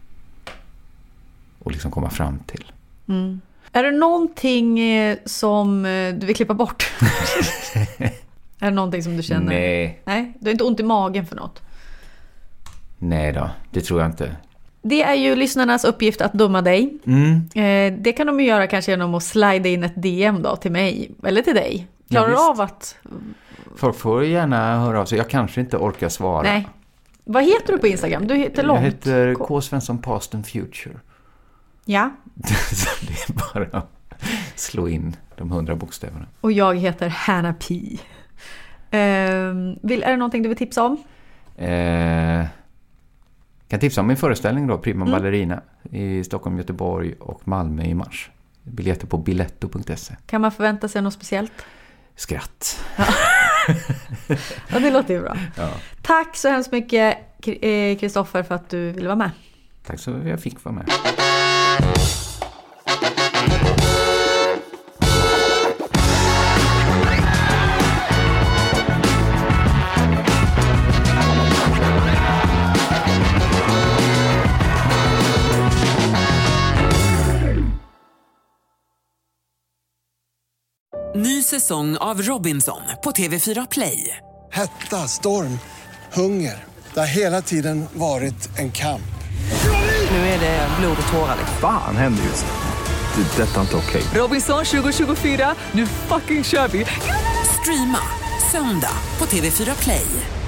och liksom komma fram till. Mm. Är det någonting som du vill klippa bort? Är det någonting som du känner? Nej. Nej, du har inte ont i magen för något? Nej då, det tror jag inte. Det är ju lyssnarnas uppgift att döma dig. Mm. Eh, det kan de ju göra kanske genom att slida in ett D M då till mig eller till dig. Klarar du ja, av att... Folk får gärna höra av sig. Jag kanske inte orkar svara. Nej. Vad heter du på Instagram? Du heter långt. Jag heter K. Svensson Past and Future. Ja. Så det är bara att slå in de hundra bokstäverna. Och jag heter Hanna P. Eh, vill, är det någonting du vill tipsa om? Eh, kan tipsa om min föreställning då, Prima Mm. Ballerina i Stockholm, Göteborg och Malmö i mars. Biljetter på biletto punkt se. Kan man förvänta sig något speciellt? Skratt. Ja, ja det låter ju bra. Ja. Tack så hemskt mycket Kristoffer för att du ville vara med. Tack så jag fick vara med. Ny säsong av Robinson på T V fyra Play. Hetta, storm, hunger. Det har hela tiden varit en kamp. Nu är det blod och tårar. Fan händer just det. Det är detta inte okej. Robinson tjugo tjugofyra, nu fucking kör vi. Streama söndag på T V fyra Play.